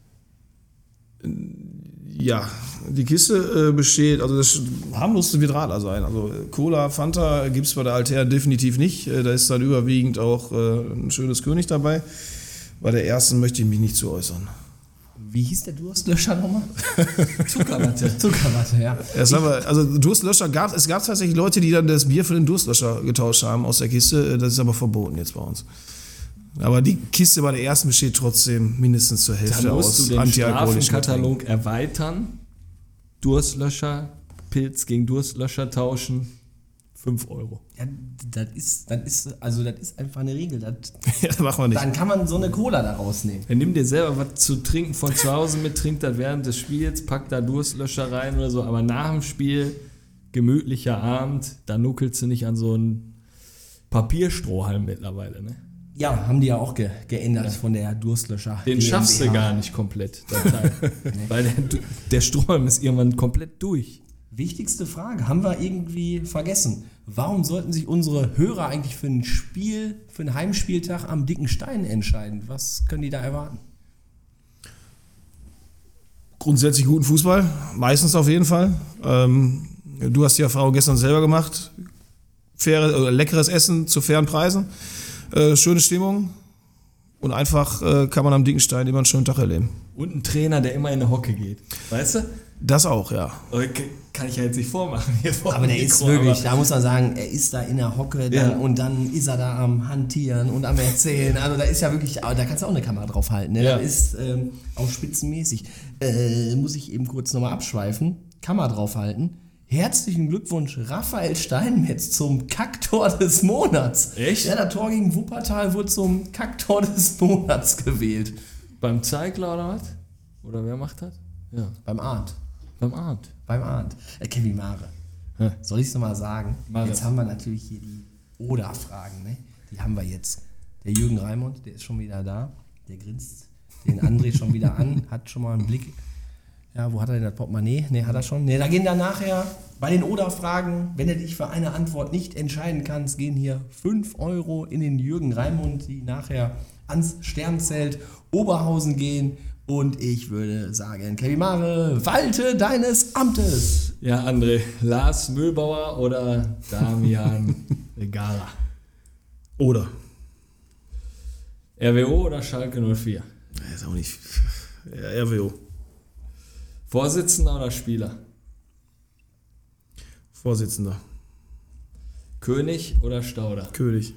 Ja, die Kiste besteht, also das harmloseste wird Radler sein. Also Cola, Fanta gibt es bei der Altair definitiv nicht. Da ist dann überwiegend auch ein schönes König dabei. Bei der ersten möchte ich mich nicht zu äußern. Wie hieß der Durstlöscher nochmal? Zuckerwatte, ja. Also Durstlöscher es gab tatsächlich Leute, die dann das Bier für den Durstlöscher getauscht haben aus der Kiste. Das ist aber verboten jetzt bei uns. Aber die Kiste bei der ersten besteht trotzdem mindestens zur Hälfte aus antialkoholischen Katalog erweitern. Durstlöscher, Pilz gegen Durstlöscher tauschen. 5 €. Ja, das ist einfach eine Regel. Ja, das machen wir nicht. Dann kann man so eine Cola da rausnehmen. Dann nimm dir selber was zu trinken von zu Hause mit, trink das während des Spiels, pack da Durstlöscher rein oder so, aber nach dem Spiel, gemütlicher Abend, da nuckelst du nicht an so einen Papierstrohhalm mittlerweile, ne? Ja, haben die ja auch geändert von der Durstlöscher. Den schaffst du gar nicht komplett, der Teil. Weil der Strohhalm ist irgendwann komplett durch. Wichtigste Frage, haben wir irgendwie vergessen. Warum sollten sich unsere Hörer eigentlich für ein Spiel, für einen Heimspieltag am Dicken Stein entscheiden? Was können die da erwarten? Grundsätzlich guten Fußball, meistens auf jeden Fall. Du hast die Erfahrung gestern selber gemacht. Leckeres Essen zu fairen Preisen, schöne Stimmung und einfach kann man am Dicken Stein immer einen schönen Tag erleben. Und ein Trainer, der immer in eine Hocke geht. Weißt du? Das auch, ja. Kann ich ja jetzt nicht vormachen. Hier vor Aber dem der ist Mikro, wirklich, aber- da muss man sagen, er ist da in der Hocke und dann ist er da am Hantieren und am Erzählen. Also da ist ja wirklich, da kannst du auch eine Kamera drauf halten. Ne? Ja. Das ist auch spitzenmäßig. Muss ich eben kurz nochmal abschweifen. Kamera drauf halten. Herzlichen Glückwunsch, Raphael Steinmetz zum Kacktor des Monats. Echt? Ja, das Tor gegen Wuppertal wurde zum Kacktor des Monats gewählt. Beim Zeigler oder was? Oder wer macht das? Ja, Beim Arndt. beim Arndt. Beim Arndt. Kevin Mare. Ja. Soll ich es nochmal sagen? Mach Jetzt es. haben wir natürlich hier die Oder-Fragen. Ne? Die haben wir jetzt. Der Jürgen Raimund, der ist schon wieder da. Der grinst den André schon wieder an. Hat schon mal einen Blick. Ja, wo hat er denn das Portemonnaie? Ne, hat er schon. Ne, da gehen dann nachher bei den Oder-Fragen, wenn du dich für eine Antwort nicht entscheiden kannst, gehen hier 5 Euro in den Jürgen Raimund, die nachher ans Sternzelt Oberhausen gehen. Und ich würde sagen, Kevin Mare, walte deines Amtes. Ja, André, Lars Mühlbauer oder Damian Regala? Oder? RWO oder Schalke 04? Ist auch nicht. Ja, RWO. Vorsitzender oder Spieler? Vorsitzender. König oder Stauder? König.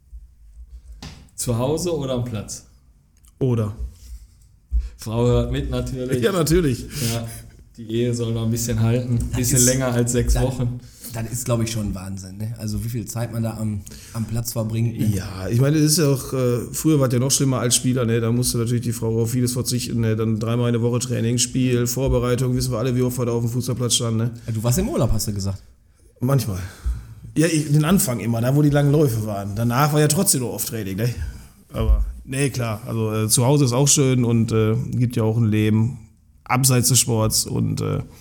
Zu Hause oder am Platz? Oder? Frau hört mit natürlich. Ja, natürlich. Ja, die Ehe soll noch ein bisschen halten. Ein bisschen ist- länger als 6 das- Wochen. Das ist, glaube ich, schon Wahnsinn. Ne? Also wie viel Zeit man da am Platz verbringt. Ne? Ja, ich meine, das ist ja auch, früher war es ja noch schlimmer als Spieler, ne? Da musste natürlich die Frau auf vieles verzichten, ne? Dann 3-mal in der Woche Training, Spiel, Vorbereitung, wissen wir alle, wie oft wir da auf dem Fußballplatz standen, ne? Ja, du warst im Urlaub, hast du gesagt. Manchmal. Ja, den Anfang immer, da wo die langen Läufe waren. Danach war ja trotzdem noch oft Training, ne? Aber, ne, klar, also zu Hause ist auch schön und gibt ja auch ein Leben abseits des Sports und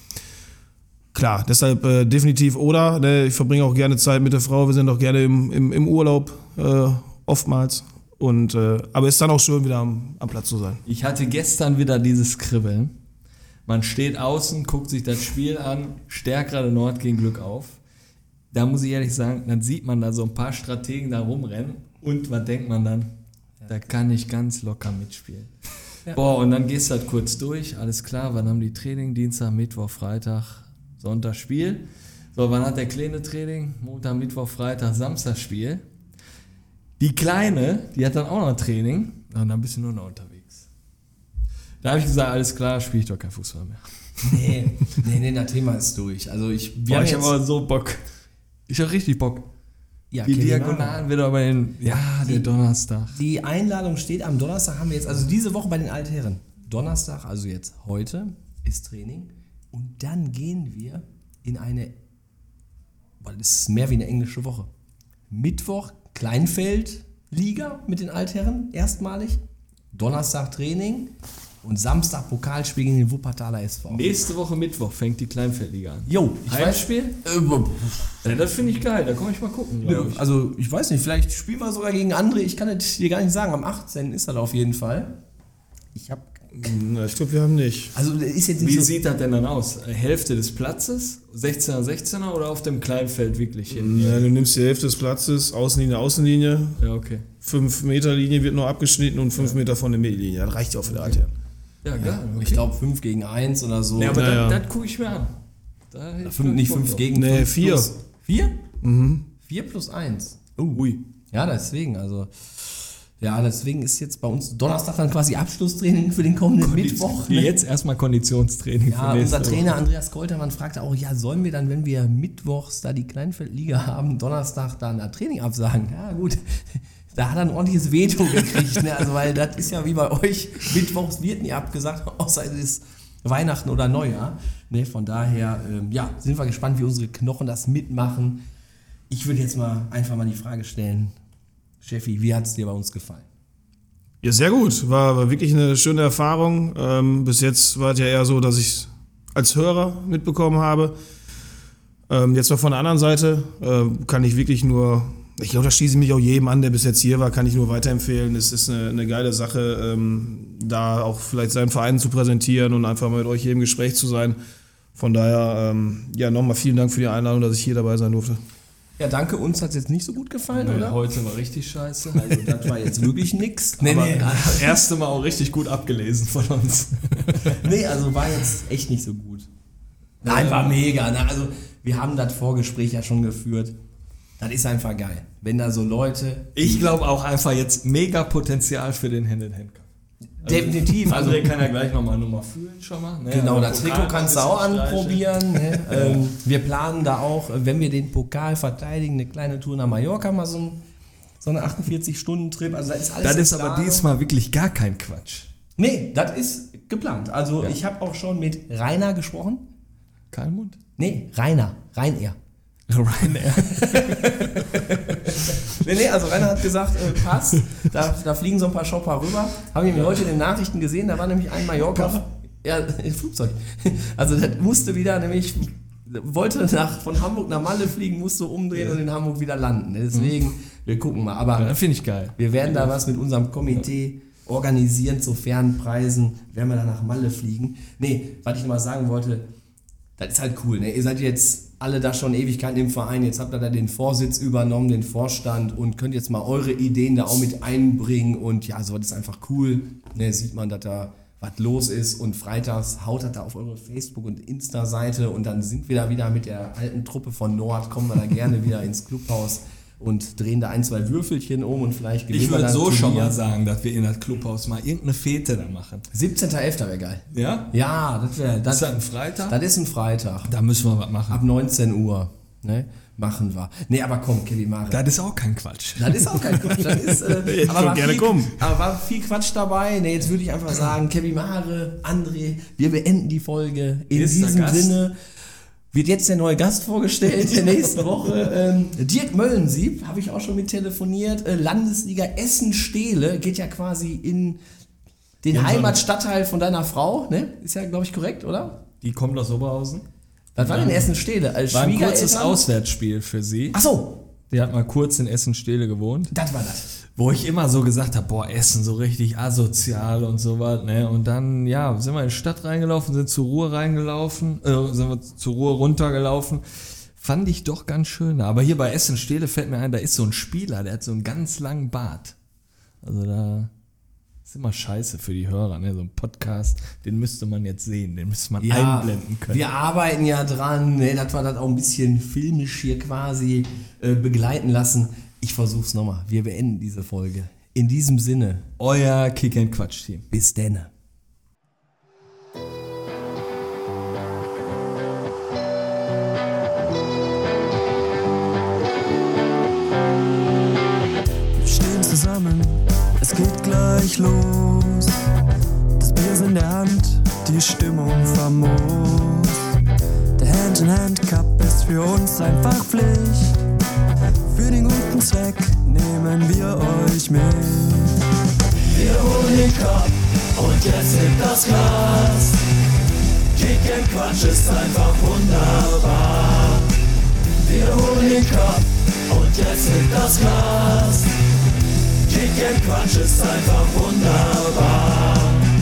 klar, deshalb definitiv oder. Ne? Ich verbringe auch gerne Zeit mit der Frau, wir sind auch gerne im Urlaub oftmals. Und, aber es ist dann auch schön, wieder am Platz zu sein. Ich hatte gestern wieder dieses Kribbeln. Man steht außen, guckt sich das Spiel an, stärkere Nord gegen Glück auf. Da muss ich ehrlich sagen, dann sieht man da so ein paar Strategen da rumrennen und was denkt man dann? Da kann ich ganz locker mitspielen. Ja. Boah, und dann gehst du halt kurz durch, alles klar, wann haben die Training? Dienstag, Mittwoch, Freitag, Sonntag Spiel. So, wann hat der Kleine Training? Montag, Mittwoch, Freitag, Samstag Spiel. Die Kleine, die hat dann auch noch Training und dann bist du nur noch unterwegs. Da habe ich gesagt, alles klar, spiele ich doch kein Fußball mehr. Nee, das Thema ist durch. Also wir Boah, haben ich jetzt, habe aber so Bock. Ich habe richtig Bock. ja, Die Kevin Diagonalen wieder bei den, der Donnerstag. Die Einladung steht am Donnerstag, haben wir jetzt, also diese Woche bei den Altherren. Donnerstag, also jetzt heute, ist Training. Und dann gehen wir in eine, weil es ist mehr wie eine englische Woche. Mittwoch Kleinfeld-Liga mit den Altherren, erstmalig. Donnerstag Training und Samstag Pokalspiel gegen den Wuppertaler SV. Nächste Woche Mittwoch fängt die Kleinfeldliga an. Jo, ich weiß, Heimspiel? Ja, das finde ich geil, da komme ich mal gucken, glaub ich. also ich weiß nicht, vielleicht spielen wir sogar gegen André, ich kann es dir gar nicht sagen, am 18. ist das auf jeden Fall. Ich habe, Na, ich glaube, wir haben nicht. also ist jetzt nicht Wie so, sieht das denn dann aus? Hälfte des Platzes? 16er, 16er oder auf dem Kleinfeld wirklich hin? Ja, du nimmst die Hälfte des Platzes, Außenlinie, Außenlinie. Ja, okay. 5-Meter-Linie wird noch abgeschnitten und 5 Meter von der Mittellinie. Das reicht ja auch für die Altherren. Ja, geil. Okay. ich glaube 5 gegen 1 oder so. Ja, aber Ja, das ja. gucke ich mir an. Da hätte ich Nicht Bock 5 drauf. gegen Nee, 5 4. plus 4? 4 plus 1. Ui. Ja, deswegen, also. Ja, deswegen ist jetzt bei uns Donnerstag dann quasi Abschlusstraining für den kommenden Mittwoch. Ne? Jetzt erstmal Konditionstraining Ja, für nächste unser Woche. Trainer Andreas Koltermann fragte auch, ja, sollen wir dann, wenn wir mittwochs da die Kleinfeldliga haben, Donnerstag dann ein Training absagen? Ja, gut. Da hat er ein ordentliches Veto gekriegt, ne? Also, weil das ist ja wie bei euch, mittwochs wird nie abgesagt, außer es ist Weihnachten oder Neujahr. Ne? Von daher, sind wir gespannt, wie unsere Knochen das mitmachen. Ich würde jetzt mal einfach mal die Frage stellen, Steffi, wie hat es dir bei uns gefallen? Ja, sehr gut. War wirklich eine schöne Erfahrung. Bis jetzt war es ja eher so, dass ich es als Hörer mitbekommen habe. Jetzt noch von der anderen Seite kann ich wirklich nur, ich glaube, da schließe ich mich auch jedem an, der bis jetzt hier war, kann ich nur weiterempfehlen. Es ist eine geile Sache, da auch vielleicht seinen Verein zu präsentieren und einfach mal mit euch hier im Gespräch zu sein. Von daher, nochmal vielen Dank für die Einladung, dass ich hier dabei sein durfte. Ja, danke, uns hat es jetzt nicht so gut gefallen, oder? Heute war richtig scheiße. Also das war jetzt wirklich nix. Aber das erste Mal auch richtig gut abgelesen von uns. Nee, also war jetzt echt nicht so gut. Nein, war mega. Ne? Also wir haben das Vorgespräch ja schon geführt. Das ist einfach geil. Wenn da so Leute... Ich glaube auch einfach jetzt mega Potenzial für den Hand-in-Hand-Cup. Definitiv. Also André kann ja gleich nochmal Nummer fühlen schon mal. Ne? Genau, Aber das Trikot kannst du auch anprobieren. Ne? Wir planen da auch, wenn wir den Pokal verteidigen, eine kleine Tour nach Mallorca, mal so eine 48-Stunden-Trip. Also das ist alles. Das ist aber diesmal wirklich gar kein Quatsch. Nee, das ist geplant. Also ich habe auch schon mit Rainer gesprochen. Kalmund? Nee, Rainer. Ryanair. Nee, also Rainer hat gesagt, passt, da fliegen so ein paar Shopper rüber. Habe ich mir heute in den Nachrichten gesehen, da war nämlich ein Mallorca, im Flugzeug. Also das musste wieder nämlich, wollte von Hamburg nach Malle fliegen, musste umdrehen und in Hamburg wieder landen. Deswegen, wir gucken mal. Aber finde ich geil. Wir werden da was mit unserem Komitee organisieren zu fairen Preisen, werden wir da nach Malle fliegen. Nee, was ich noch mal sagen wollte, das ist halt cool. Ne? Ihr seid jetzt alle da schon Ewigkeiten im Verein, jetzt habt ihr da den Vorsitz übernommen, den Vorstand und könnt jetzt mal eure Ideen da auch mit einbringen und ja, so, das ist einfach cool. Ne, sieht man, dass da was los ist und freitags haut das da auf eure Facebook- und Insta-Seite und dann sind wir da wieder mit der alten Truppe von Nord, kommen wir da gerne wieder ins Clubhaus und drehen da 1, 2 Würfelchen um und vielleicht gewinnen wir Ich würde so Turnier. schon mal sagen, dass wir in das Clubhaus mal irgendeine Fete da machen. 17.11. wäre geil. Ja? Ja, das wäre... Ist das ein Freitag? Das ist ein Freitag. Da müssen wir was machen. Ab 19 Uhr. Ne? Machen wir. Nee, aber komm, Kevin Mare. Das ist auch kein Quatsch. Das ist auch kein Quatsch. Das ist, Ich würde gerne kommen. Aber war viel Quatsch dabei. Ne, jetzt würde ich einfach sagen, Kevin Mare, André, wir beenden die Folge. In diesem Sinne wird jetzt der neue Gast vorgestellt in der nächsten Woche. Dirk Möllensieb, habe ich auch schon mit telefoniert. Landesliga Essen-Stehle, geht ja quasi in den Heimatstadtteil von deiner Frau. Ne? Ist ja, glaube ich, korrekt, oder? Die kommt aus Oberhausen. Was war denn Essen-Stehle? Als War ein kurzes Schwiegereltern? Auswärtsspiel für sie. Ach so, Die hat mal kurz in Essen-Stehle gewohnt. das war das. Wo ich immer so gesagt habe, boah, Essen so richtig asozial und so was, ne? Und dann, ja, sind wir in die Stadt reingelaufen, sind zur Ruhe reingelaufen, sind wir zur Ruhe runtergelaufen. Fand ich doch ganz schön. Aber hier bei Essen-Stehle fällt mir ein, da ist so ein Spieler, der hat so einen ganz langen Bart. Also da ist immer scheiße für die Hörer, ne? So ein Podcast, den müsste man jetzt sehen, den müsste man einblenden können. Wir arbeiten ja dran, ne, dass wir das auch ein bisschen filmisch hier quasi begleiten lassen. Ich versuch's nochmal. Wir beenden diese Folge. In diesem Sinne, Euer Kick-and-Quatsch-Team. bis denne. Wir stehen zusammen, es geht gleich los. Das Bier ist in der Hand, die Stimmung famos. Der Hand-in-Hand-Cup ist für uns einfach Pflicht. Für den guten Zweck nehmen wir euch mit. Wir holen den Cup und jetzt hebt das Glas. Kick and Quatsch ist einfach wunderbar. Wir holen den Cup und jetzt hebt das Glas. Kick and Quatsch ist einfach wunderbar.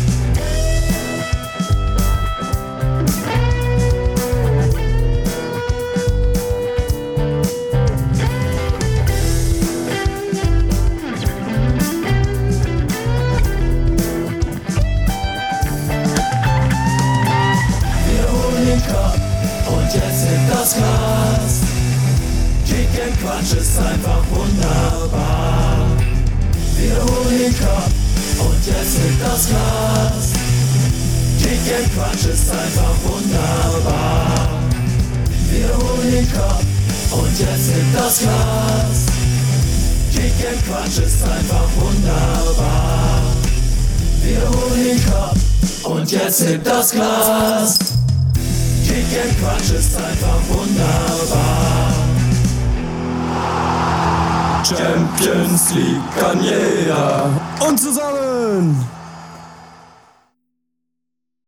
Und jetzt hebt das Glas. Kick and Quatsch ist einfach wunderbar. Wir holen den Cup und jetzt hebt das Glas. Kick and Quatsch ist einfach wunderbar. Wir holen den Cup und jetzt hebt das Glas. Kick and Quatsch ist einfach wunderbar. Wir holen den Cup und jetzt hebt das Glas. Kick and Quatsch ist einfach wunderbar. Champions League kann jeder. Und zusammen!